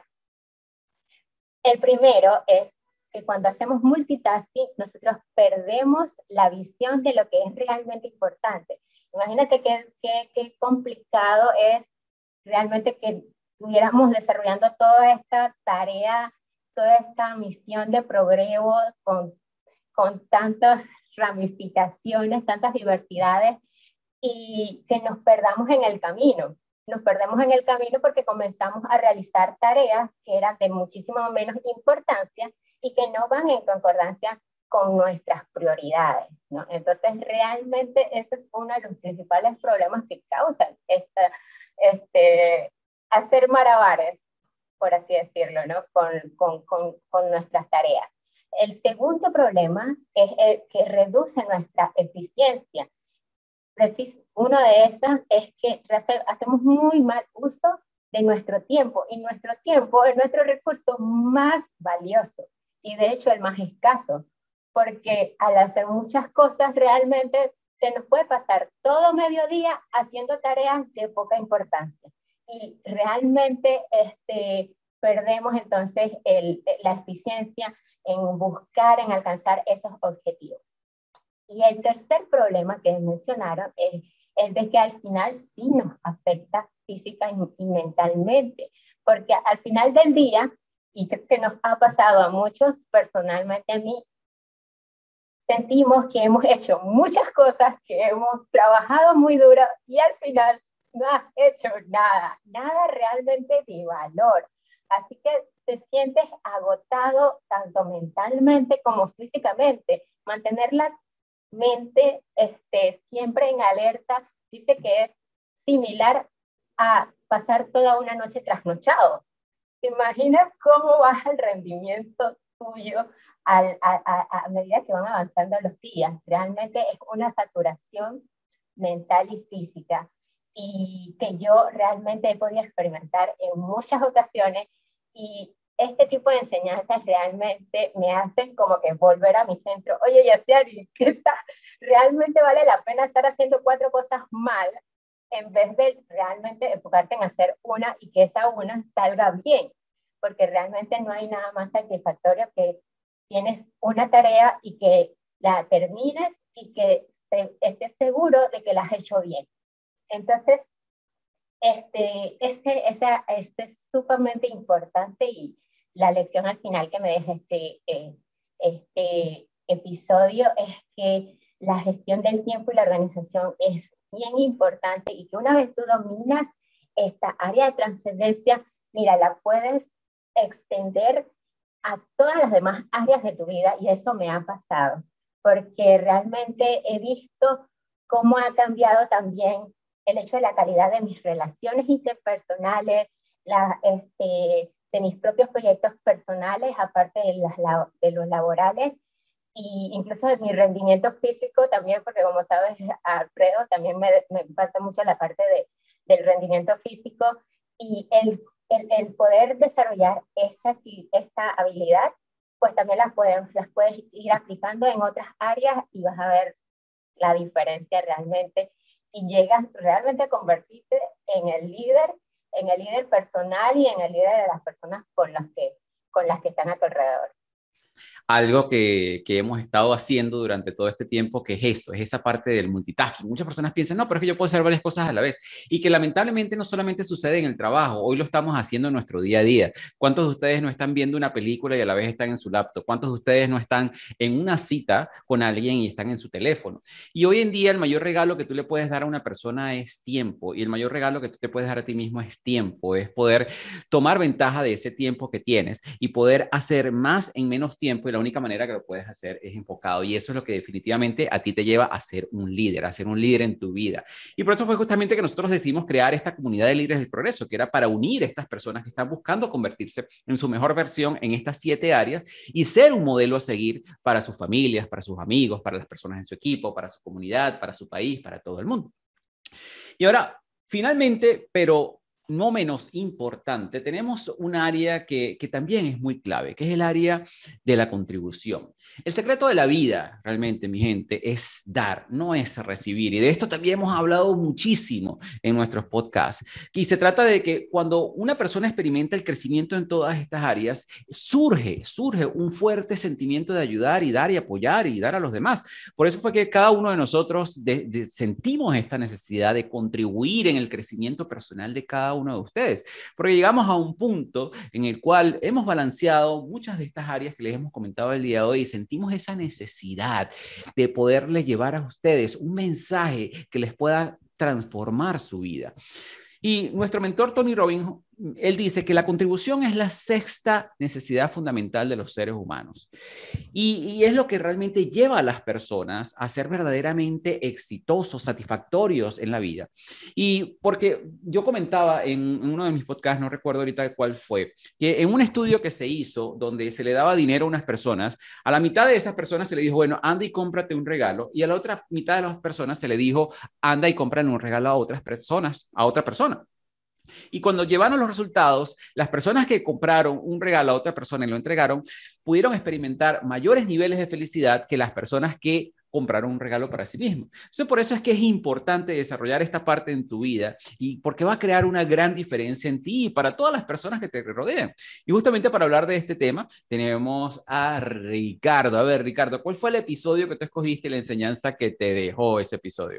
El primero es que cuando hacemos multitasking, nosotros perdemos la visión de lo que es realmente importante. Imagínate qué, qué, qué complicado es realmente que estuviéramos desarrollando toda esta tarea, toda esta misión de progreso con, con tantas ramificaciones, tantas diversidades, y que nos perdamos en el camino. Nos perdemos en el camino porque comenzamos a realizar tareas que eran de muchísimo menos importancia y que no van en concordancia con nuestras prioridades, ¿no? Entonces, realmente ese es uno de los principales problemas que causan esta, este, hacer malabares, por así decirlo, ¿no? Con, con, con, con nuestras tareas. El segundo problema es el que reduce nuestra eficiencia. Uno de esos es que hacemos muy mal uso de nuestro tiempo, y nuestro tiempo es nuestro recurso más valioso y de hecho el más escaso, porque al hacer muchas cosas realmente se nos puede pasar todo mediodía haciendo tareas de poca importancia y realmente este, perdemos entonces el, la eficiencia en buscar, en alcanzar esos objetivos. Y el tercer problema que mencionaron es el de que al final sí nos afecta física y, y mentalmente, porque al final del día, y creo que nos ha pasado a muchos, personalmente a mí, sentimos que hemos hecho muchas cosas, que hemos trabajado muy duro y al final no has hecho nada, nada realmente de valor. Así que te sientes agotado tanto mentalmente como físicamente. Mantener la mente este, siempre en alerta dice que es similar a pasar toda una noche trasnochado. ¿Te imaginas cómo baja el rendimiento tuyo al, a, a, a medida que van avanzando los días? Realmente es una saturación mental y física, y que yo realmente he podido experimentar en muchas ocasiones, y este tipo de enseñanzas realmente me hacen como que volver a mi centro. Oye, Yaciari, ¿qué tal? Realmente vale la pena estar haciendo cuatro cosas mal en vez de realmente enfocarte en hacer una y que esa una salga bien, porque realmente no hay nada más satisfactorio que tienes una tarea y que la termines y que te, estés seguro de que la has hecho bien. Entonces, este, este, esa, este es sumamente importante, y la lección al final que me deja este, eh, este episodio es que la gestión del tiempo y la organización es bien importante, y que una vez tú dominas esta área de trascendencia, mira, la puedes extender a todas las demás áreas de tu vida, y eso me ha pasado, porque realmente he visto cómo ha cambiado también el hecho de la calidad de mis relaciones interpersonales, la, este, de mis propios proyectos personales, aparte de, las, de los laborales, y incluso de mi rendimiento físico también, porque como sabes, Alfredo, también me, me impacta mucho la parte de, del rendimiento físico, y el, el, el poder desarrollar esta, esta habilidad, pues también las puedes, las puedes ir aplicando en otras áreas y vas a ver la diferencia realmente, y llegas realmente a convertirte en el líder, en el líder personal y en el líder de las personas con las que, con las que están a tu alrededor. Algo que, que hemos estado haciendo durante todo este tiempo, que es eso, es esa parte del multitasking. Muchas personas piensan, no, pero es que yo puedo hacer varias cosas a la vez, y que lamentablemente no solamente sucede en el trabajo, hoy lo estamos haciendo en nuestro día a día. ¿Cuántos de ustedes no están viendo una película y a la vez están en su laptop? ¿Cuántos de ustedes no están en una cita con alguien y están en su teléfono? Y hoy en día el mayor regalo que tú le puedes dar a una persona es tiempo, y el mayor regalo que tú te puedes dar a ti mismo es tiempo, es poder tomar ventaja de ese tiempo que tienes y poder hacer más en menos tiempo, y la única manera que lo puedes hacer es enfocado, y eso es lo que definitivamente a ti te lleva a ser un líder, a ser un líder en tu vida. Y por eso fue justamente que nosotros decidimos crear esta comunidad de líderes del progreso, que era para unir a estas personas que están buscando convertirse en su mejor versión en estas siete áreas y ser un modelo a seguir para sus familias, para sus amigos, para las personas en su equipo, para su comunidad, para su país, para todo el mundo. Y ahora, finalmente, pero no menos importante, tenemos un área que, que también es muy clave, que es el área de la contribución. El secreto de la vida, realmente, mi gente, es dar, no es recibir. Y de esto también hemos hablado muchísimo en nuestros podcasts. Y se trata de que cuando una persona experimenta el crecimiento en todas estas áreas, surge, surge un fuerte sentimiento de ayudar y dar y apoyar y dar a los demás. Por eso fue que cada uno de nosotros de, de, sentimos esta necesidad de contribuir en el crecimiento personal de cada uno de ustedes, porque llegamos a un punto en el cual hemos balanceado muchas de estas áreas que les hemos comentado el día de hoy, y sentimos esa necesidad de poderles llevar a ustedes un mensaje que les pueda transformar su vida. Y nuestro mentor Tony Robbins él dice que la contribución es la sexta necesidad fundamental de los seres humanos. Y, y es lo que realmente lleva a las personas a ser verdaderamente exitosos, satisfactorios en la vida. Y porque yo comentaba en, en uno de mis podcasts, no recuerdo ahorita cuál fue, que en un estudio que se hizo donde se le daba dinero a unas personas, a la mitad de esas personas se le dijo, bueno, anda y cómprate un regalo, y a la otra mitad de las personas se le dijo, anda y cómprale un regalo a otras personas, a otra persona. Y cuando llevaron los resultados, las personas que compraron un regalo a otra persona y lo entregaron, pudieron experimentar mayores niveles de felicidad que las personas que compraron un regalo para sí mismos. Entonces, por eso es que es importante desarrollar esta parte en tu vida y porque va a crear una gran diferencia en ti y para todas las personas que te rodean. Y justamente para hablar de este tema, tenemos a Ricardo. A ver, Ricardo, ¿cuál fue el episodio que tú escogiste y la enseñanza que te dejó ese episodio?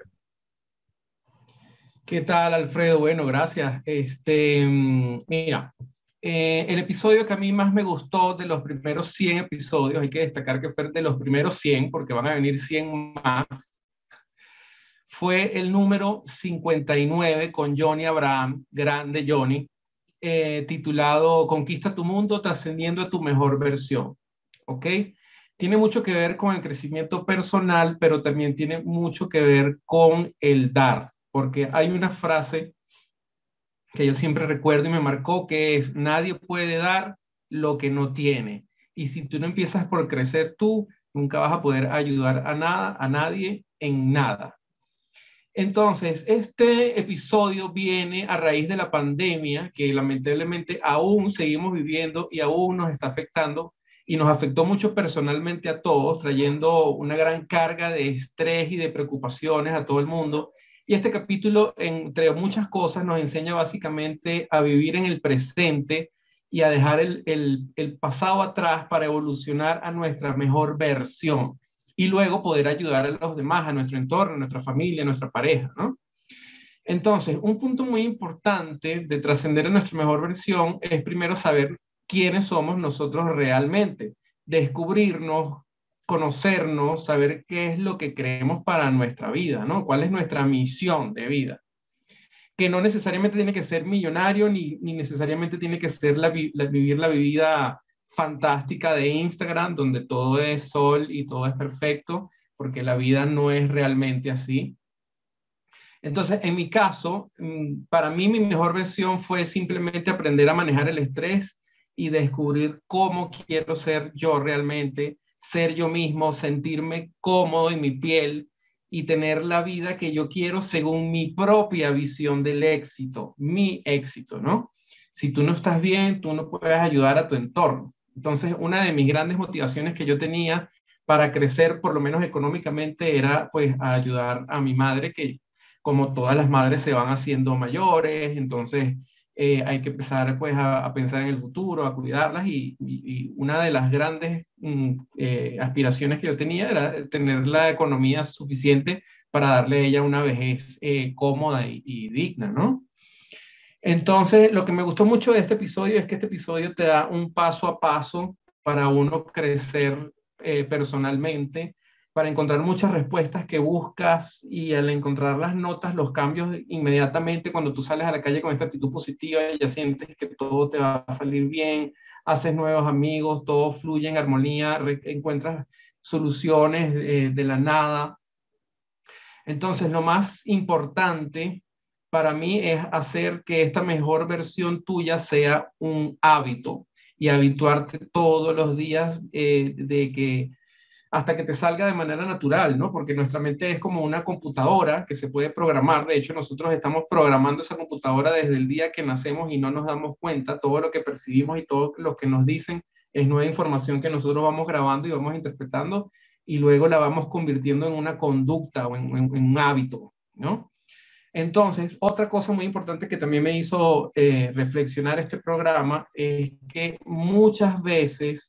¿Qué tal, Alfredo? Bueno, gracias. Este, mira, eh, el episodio que a mí más me gustó de los primeros cien episodios, hay que destacar que fue de los primeros cien, porque van a venir cien más, fue el número cincuenta y nueve con Johnny Abraham, grande Johnny, eh, titulado Conquista tu mundo, trascendiendo a tu mejor versión. ¿Ok? Tiene mucho que ver con el crecimiento personal, pero también tiene mucho que ver con el dar. Porque hay una frase que yo siempre recuerdo y me marcó, que es, nadie puede dar lo que no tiene. Y si tú no empiezas por crecer tú, nunca vas a poder ayudar a nada, a nadie en nada. Entonces, este episodio viene a raíz de la pandemia, que lamentablemente aún seguimos viviendo y aún nos está afectando, y nos afectó mucho personalmente a todos, trayendo una gran carga de estrés y de preocupaciones a todo el mundo. Y este capítulo, entre muchas cosas, nos enseña básicamente a vivir en el presente y a dejar el, el, el pasado atrás para evolucionar a nuestra mejor versión y luego poder ayudar a los demás, a nuestro entorno, a nuestra familia, a nuestra pareja, ¿no? Entonces, un punto muy importante de trascender a nuestra mejor versión es primero saber quiénes somos nosotros realmente, descubrirnos, conocernos, saber qué es lo que queremos para nuestra vida, ¿no? ¿Cuál es nuestra misión de vida? Que no necesariamente tiene que ser millonario, ni, ni necesariamente tiene que ser la, la, vivir la vida fantástica de Instagram, donde todo es sol y todo es perfecto, porque la vida no es realmente así. Entonces, en mi caso, para mí mi mejor versión fue simplemente aprender a manejar el estrés y descubrir cómo quiero ser yo realmente, ser yo mismo, sentirme cómodo en mi piel y tener la vida que yo quiero según mi propia visión del éxito, mi éxito, ¿no? Si tú no estás bien, tú no puedes ayudar a tu entorno. Entonces, una de mis grandes motivaciones que yo tenía para crecer, por lo menos económicamente, era pues ayudar a mi madre, que como todas las madres se van haciendo mayores, entonces eh, hay que empezar pues a, a pensar en el futuro, a cuidarlas y, y, y una de las grandes mm, eh, aspiraciones que yo tenía era tener la economía suficiente para darle a ella una vejez eh, cómoda y, y digna, ¿no? Entonces, lo que me gustó mucho de este episodio es que este episodio te da un paso a paso para uno crecer eh, personalmente, para encontrar muchas respuestas que buscas y al encontrarlas notas los cambios inmediatamente cuando tú sales a la calle con esta actitud positiva y ya sientes que todo te va a salir bien, haces nuevos amigos, todo fluye en armonía, encuentras soluciones eh, de la nada. Entonces, lo más importante para mí es hacer que esta mejor versión tuya sea un hábito y habituarte todos los días eh, de que hasta que te salga de manera natural, ¿no? Porque nuestra mente es como una computadora que se puede programar. De hecho, nosotros estamos programando esa computadora desde el día que nacemos y no nos damos cuenta. Todo lo que percibimos y todo lo que nos dicen es nueva información que nosotros vamos grabando y vamos interpretando y luego la vamos convirtiendo en una conducta o en, en, en un hábito, ¿no? Entonces, otra cosa muy importante que también me hizo eh, reflexionar este programa es que muchas veces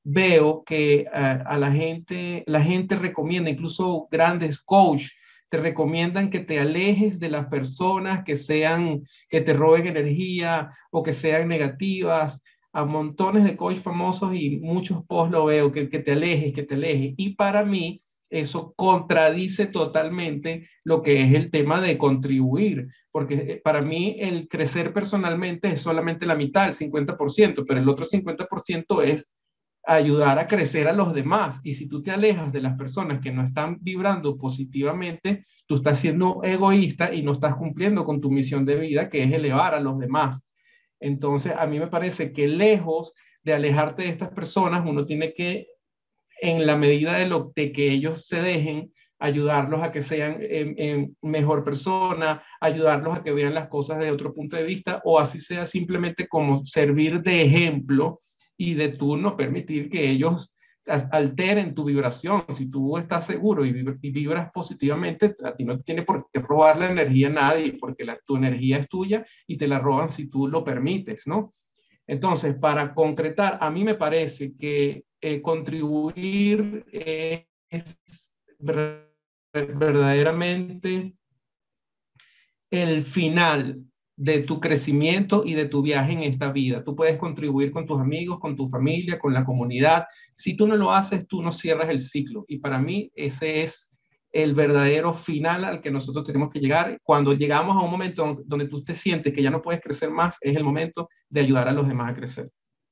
veo que uh, a la gente, la gente recomienda, incluso grandes coaches, te recomiendan que te alejes de las personas que sean, que te roben energía o que sean negativas. A montones de coaches famosos y muchos posts lo veo, que, que te alejes, que te alejes. Y para mí, eso contradice totalmente lo que es el tema de contribuir, porque para mí el crecer personalmente es solamente la mitad, el cincuenta por ciento, pero el otro cincuenta por ciento es ayudar a crecer a los demás. Y si tú te alejas de las personas que no están vibrando positivamente, tú estás siendo egoísta y no estás cumpliendo con tu misión de vida, que es elevar a los demás. Entonces, a mí me parece que lejos de alejarte de estas personas, uno tiene que, en la medida de, lo, de que ellos se dejen, ayudarlos a que sean eh, eh, mejor persona, ayudarlos a que vean las cosas de otro punto de vista, o así sea simplemente como servir de ejemplo y de tú no permitir que ellos alteren tu vibración. Si tú estás seguro y, vib y vibras positivamente, a ti no te tiene por qué robar la energía a nadie, porque la, tu energía es tuya y te la roban si tú lo permites, ¿no? Entonces, para concretar, a mí me parece que eh, contribuir eh, es verdaderamente el final de tu crecimiento y de tu viaje en esta vida. Tú puedes contribuir con tus amigos, con tu familia, con la comunidad. Si tú no lo haces, tú no cierras el ciclo. Y para mí ese es el verdadero final al que nosotros tenemos que llegar. Cuando llegamos a un momento donde tú te sientes que ya no puedes crecer más, es el momento de ayudar a los demás a crecer.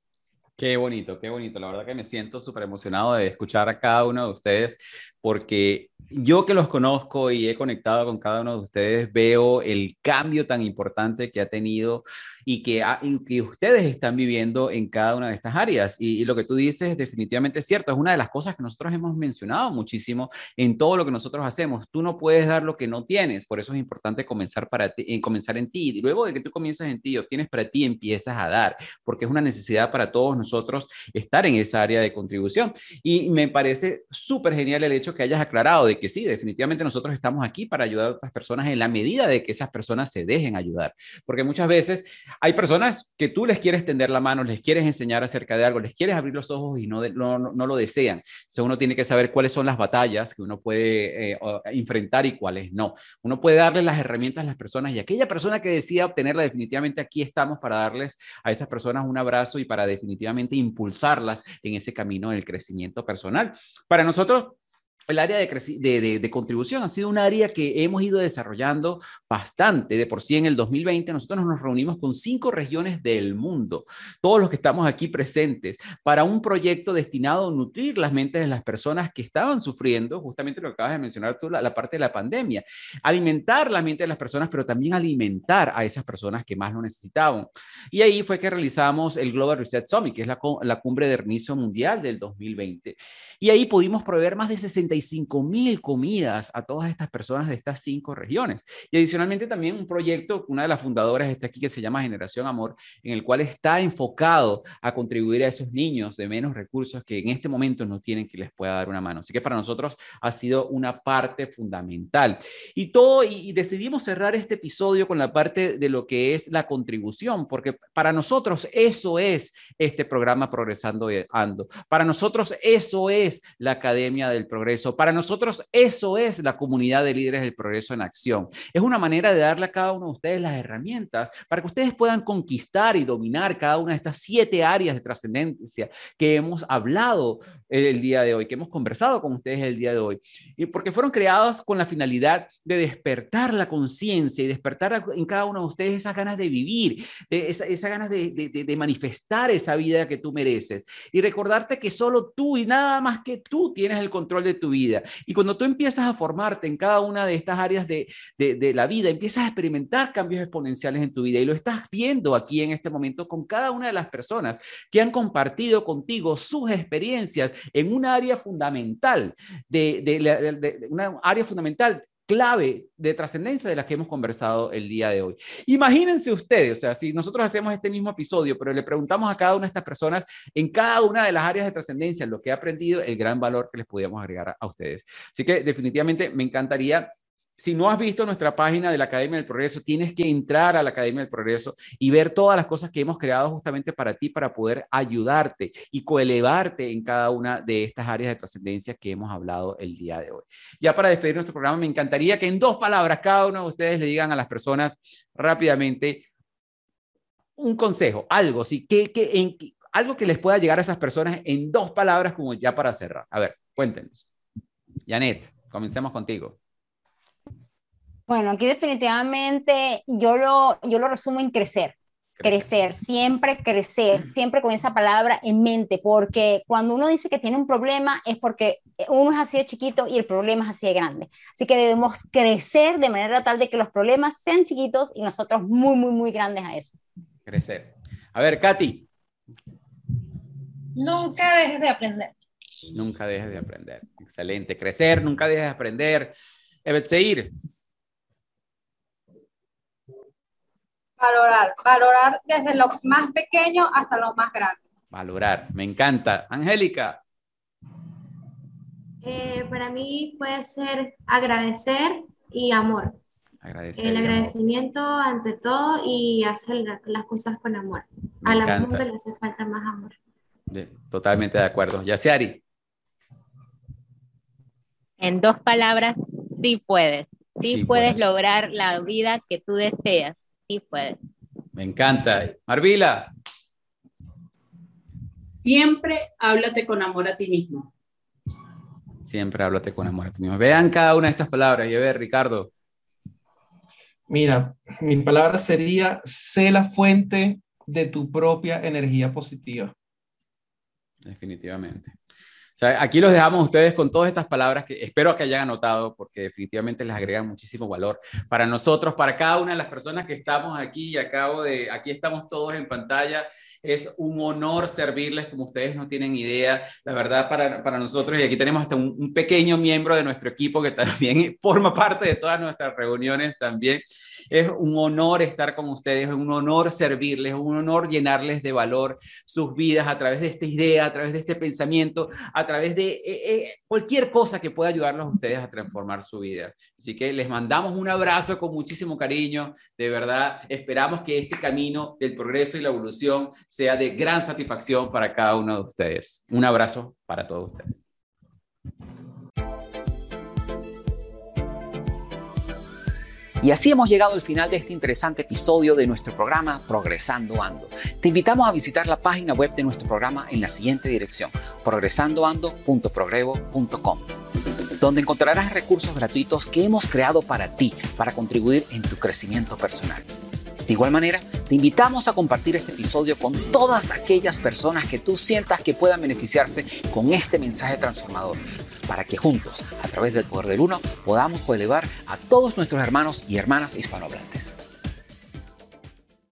Qué bonito, qué bonito. La verdad que me siento súper emocionado de escuchar a cada uno de ustedes, porque yo que los conozco y he conectado con cada uno de ustedes, veo el cambio tan importante que ha tenido y que, ha, y que ustedes están viviendo en cada una de estas áreas. Y, y lo que tú dices definitivamente es cierto. Es una de las cosas que nosotros hemos mencionado muchísimo en todo lo que nosotros hacemos. Tú no puedes dar lo que no tienes. Por eso es importante comenzar, para ti, eh, comenzar en ti. Y luego de que tú comienzas en ti, obtienes para ti, empiezas a dar, porque es una necesidad para todos nosotros estar en esa área de contribución. Y me parece súper genial el hecho que hayas aclarado de que sí, definitivamente nosotros estamos aquí para ayudar a otras personas en la medida de que esas personas se dejen ayudar. Porque muchas veces hay personas que tú les quieres tender la mano, les quieres enseñar acerca de algo, les quieres abrir los ojos y no, no, no lo desean. Entonces uno tiene que saber cuáles son las batallas que uno puede eh, enfrentar y cuáles no. Uno puede darles las herramientas a las personas, y aquella persona que decida obtenerla, definitivamente aquí estamos para darles a esas personas un abrazo y para definitivamente impulsarlas en ese camino del crecimiento personal. Para nosotros, el área de, de, de, de contribución ha sido un área que hemos ido desarrollando bastante. De por sí, en el dos mil veinte, nosotros nos reunimos con cinco regiones del mundo, todos los que estamos aquí presentes, para un proyecto destinado a nutrir las mentes de las personas que estaban sufriendo, justamente lo que acabas de mencionar tú, la, la parte de la pandemia, alimentar la mente de las personas, pero también alimentar a esas personas que más lo necesitaban. Y ahí fue que realizamos el Global Reset Summit, que es la, la cumbre de reinicio mundial del dos mil veinte. Y ahí pudimos proveer más de sesenta y cinco mil comidas a todas estas personas de estas cinco regiones. Y adicionalmente también un proyecto, una de las fundadoras está aquí, que se llama Generación Amor, en el cual está enfocado a contribuir a esos niños de menos recursos que en este momento no tienen, que les pueda dar una mano. Así que para nosotros ha sido una parte fundamental. Y todo, y, y decidimos cerrar este episodio con la parte de lo que es la contribución, porque para nosotros eso es este programa Progresando Ando. Para nosotros eso es la Academia del Progreso. Para nosotros eso es la comunidad de líderes del progreso en acción. Es una manera de darle a cada uno de ustedes las herramientas para que ustedes puedan conquistar y dominar cada una de estas siete áreas de trascendencia que hemos hablado el día de hoy, que hemos conversado con ustedes el día de hoy. Y porque fueron creadas con la finalidad de despertar la conciencia y despertar en cada uno de ustedes esas ganas de vivir, de esa, esas ganas de, de, de manifestar esa vida que tú mereces. Y recordarte que solo tú y nada más que tú tienes el control de tu vida. Y cuando tú empiezas a formarte en cada una de estas áreas de, de, de la vida, empiezas a experimentar cambios exponenciales en tu vida, y lo estás viendo aquí en este momento con cada una de las personas que han compartido contigo sus experiencias en un área fundamental, de, de, de, de una área fundamental clave de trascendencia de las que hemos conversado el día de hoy. Imagínense ustedes, o sea, si nosotros hacemos este mismo episodio, pero le preguntamos a cada una de estas personas en cada una de las áreas de trascendencia lo que ha aprendido, el gran valor que les podíamos agregar a, a ustedes. Así que definitivamente me encantaría. Si no has visto nuestra página de la Academia del Progreso, tienes que entrar a la Academia del Progreso y ver todas las cosas que hemos creado justamente para ti, para poder ayudarte y coelevarte en cada una de estas áreas de trascendencia que hemos hablado el día de hoy. Ya para despedir nuestro programa, me encantaría que en dos palabras cada uno de ustedes le digan a las personas rápidamente un consejo, algo, ¿sí? que, que, en, algo que les pueda llegar a esas personas en dos palabras, como ya para cerrar. A ver, cuéntenos. Janet, comencemos contigo. Bueno, aquí definitivamente yo lo, yo lo resumo en crecer. Crecer. crecer, siempre crecer, siempre con esa palabra en mente, porque cuando uno dice que tiene un problema es porque uno es así de chiquito y el problema es así de grande. Así que debemos crecer de manera tal de que los problemas sean chiquitos y nosotros muy, muy, muy grandes a eso. Crecer. A ver, Katy. Nunca dejes de aprender. Nunca dejes de aprender. Excelente. Crecer, nunca dejes de aprender. Ebetseir. Valorar, valorar desde lo más pequeño hasta lo más grande. Valorar, me encanta. Angélica. Eh, para mí puede ser agradecer y amor. Agradecer El y agradecimiento amor. ante todo y hacer las cosas con amor. Me Al encanta. mundo le hace falta más amor. De, totalmente de acuerdo. Yaciari. En dos palabras, sí puedes. Sí, Sí puedes puedes. lograr la vida que tú deseas. Sí puedes. Me encanta. Marvila. Siempre háblate con amor a ti mismo. Siempre háblate con amor a ti mismo. Vean cada una de estas palabras y a ver, Ricardo. Mira, mi palabra sería, sé la fuente de tu propia energía positiva. Definitivamente. O sea, aquí los dejamos a ustedes con todas estas palabras que espero que hayan anotado porque definitivamente les agregan muchísimo valor para nosotros, para cada una de las personas que estamos aquí y acabo de, aquí estamos todos en pantalla. Es un honor servirles como ustedes no tienen idea, la verdad, para, para nosotros. Y aquí tenemos hasta un, un pequeño miembro de nuestro equipo que también forma parte de todas nuestras reuniones también. Es un honor estar con ustedes, es un honor servirles, es un honor llenarles de valor sus vidas a través de esta idea, a través de este pensamiento, a través de eh, eh, cualquier cosa que pueda ayudarlos a ustedes a transformar su vida. Así que les mandamos un abrazo con muchísimo cariño, de verdad. Esperamos que este camino del progreso y la evolución sea de gran satisfacción para cada uno de ustedes. Un abrazo para todos ustedes. Y así hemos llegado al final de este interesante episodio de nuestro programa Progresando Ando. Te invitamos a visitar la página web de nuestro programa en la siguiente dirección, progresando ando punto progrevo punto com, donde encontrarás recursos gratuitos que hemos creado para ti, para contribuir en tu crecimiento personal. De igual manera, te invitamos a compartir este episodio con todas aquellas personas que tú sientas que puedan beneficiarse con este mensaje transformador, para que juntos, a través del poder del uno, podamos coelevar a todos nuestros hermanos y hermanas hispanohablantes.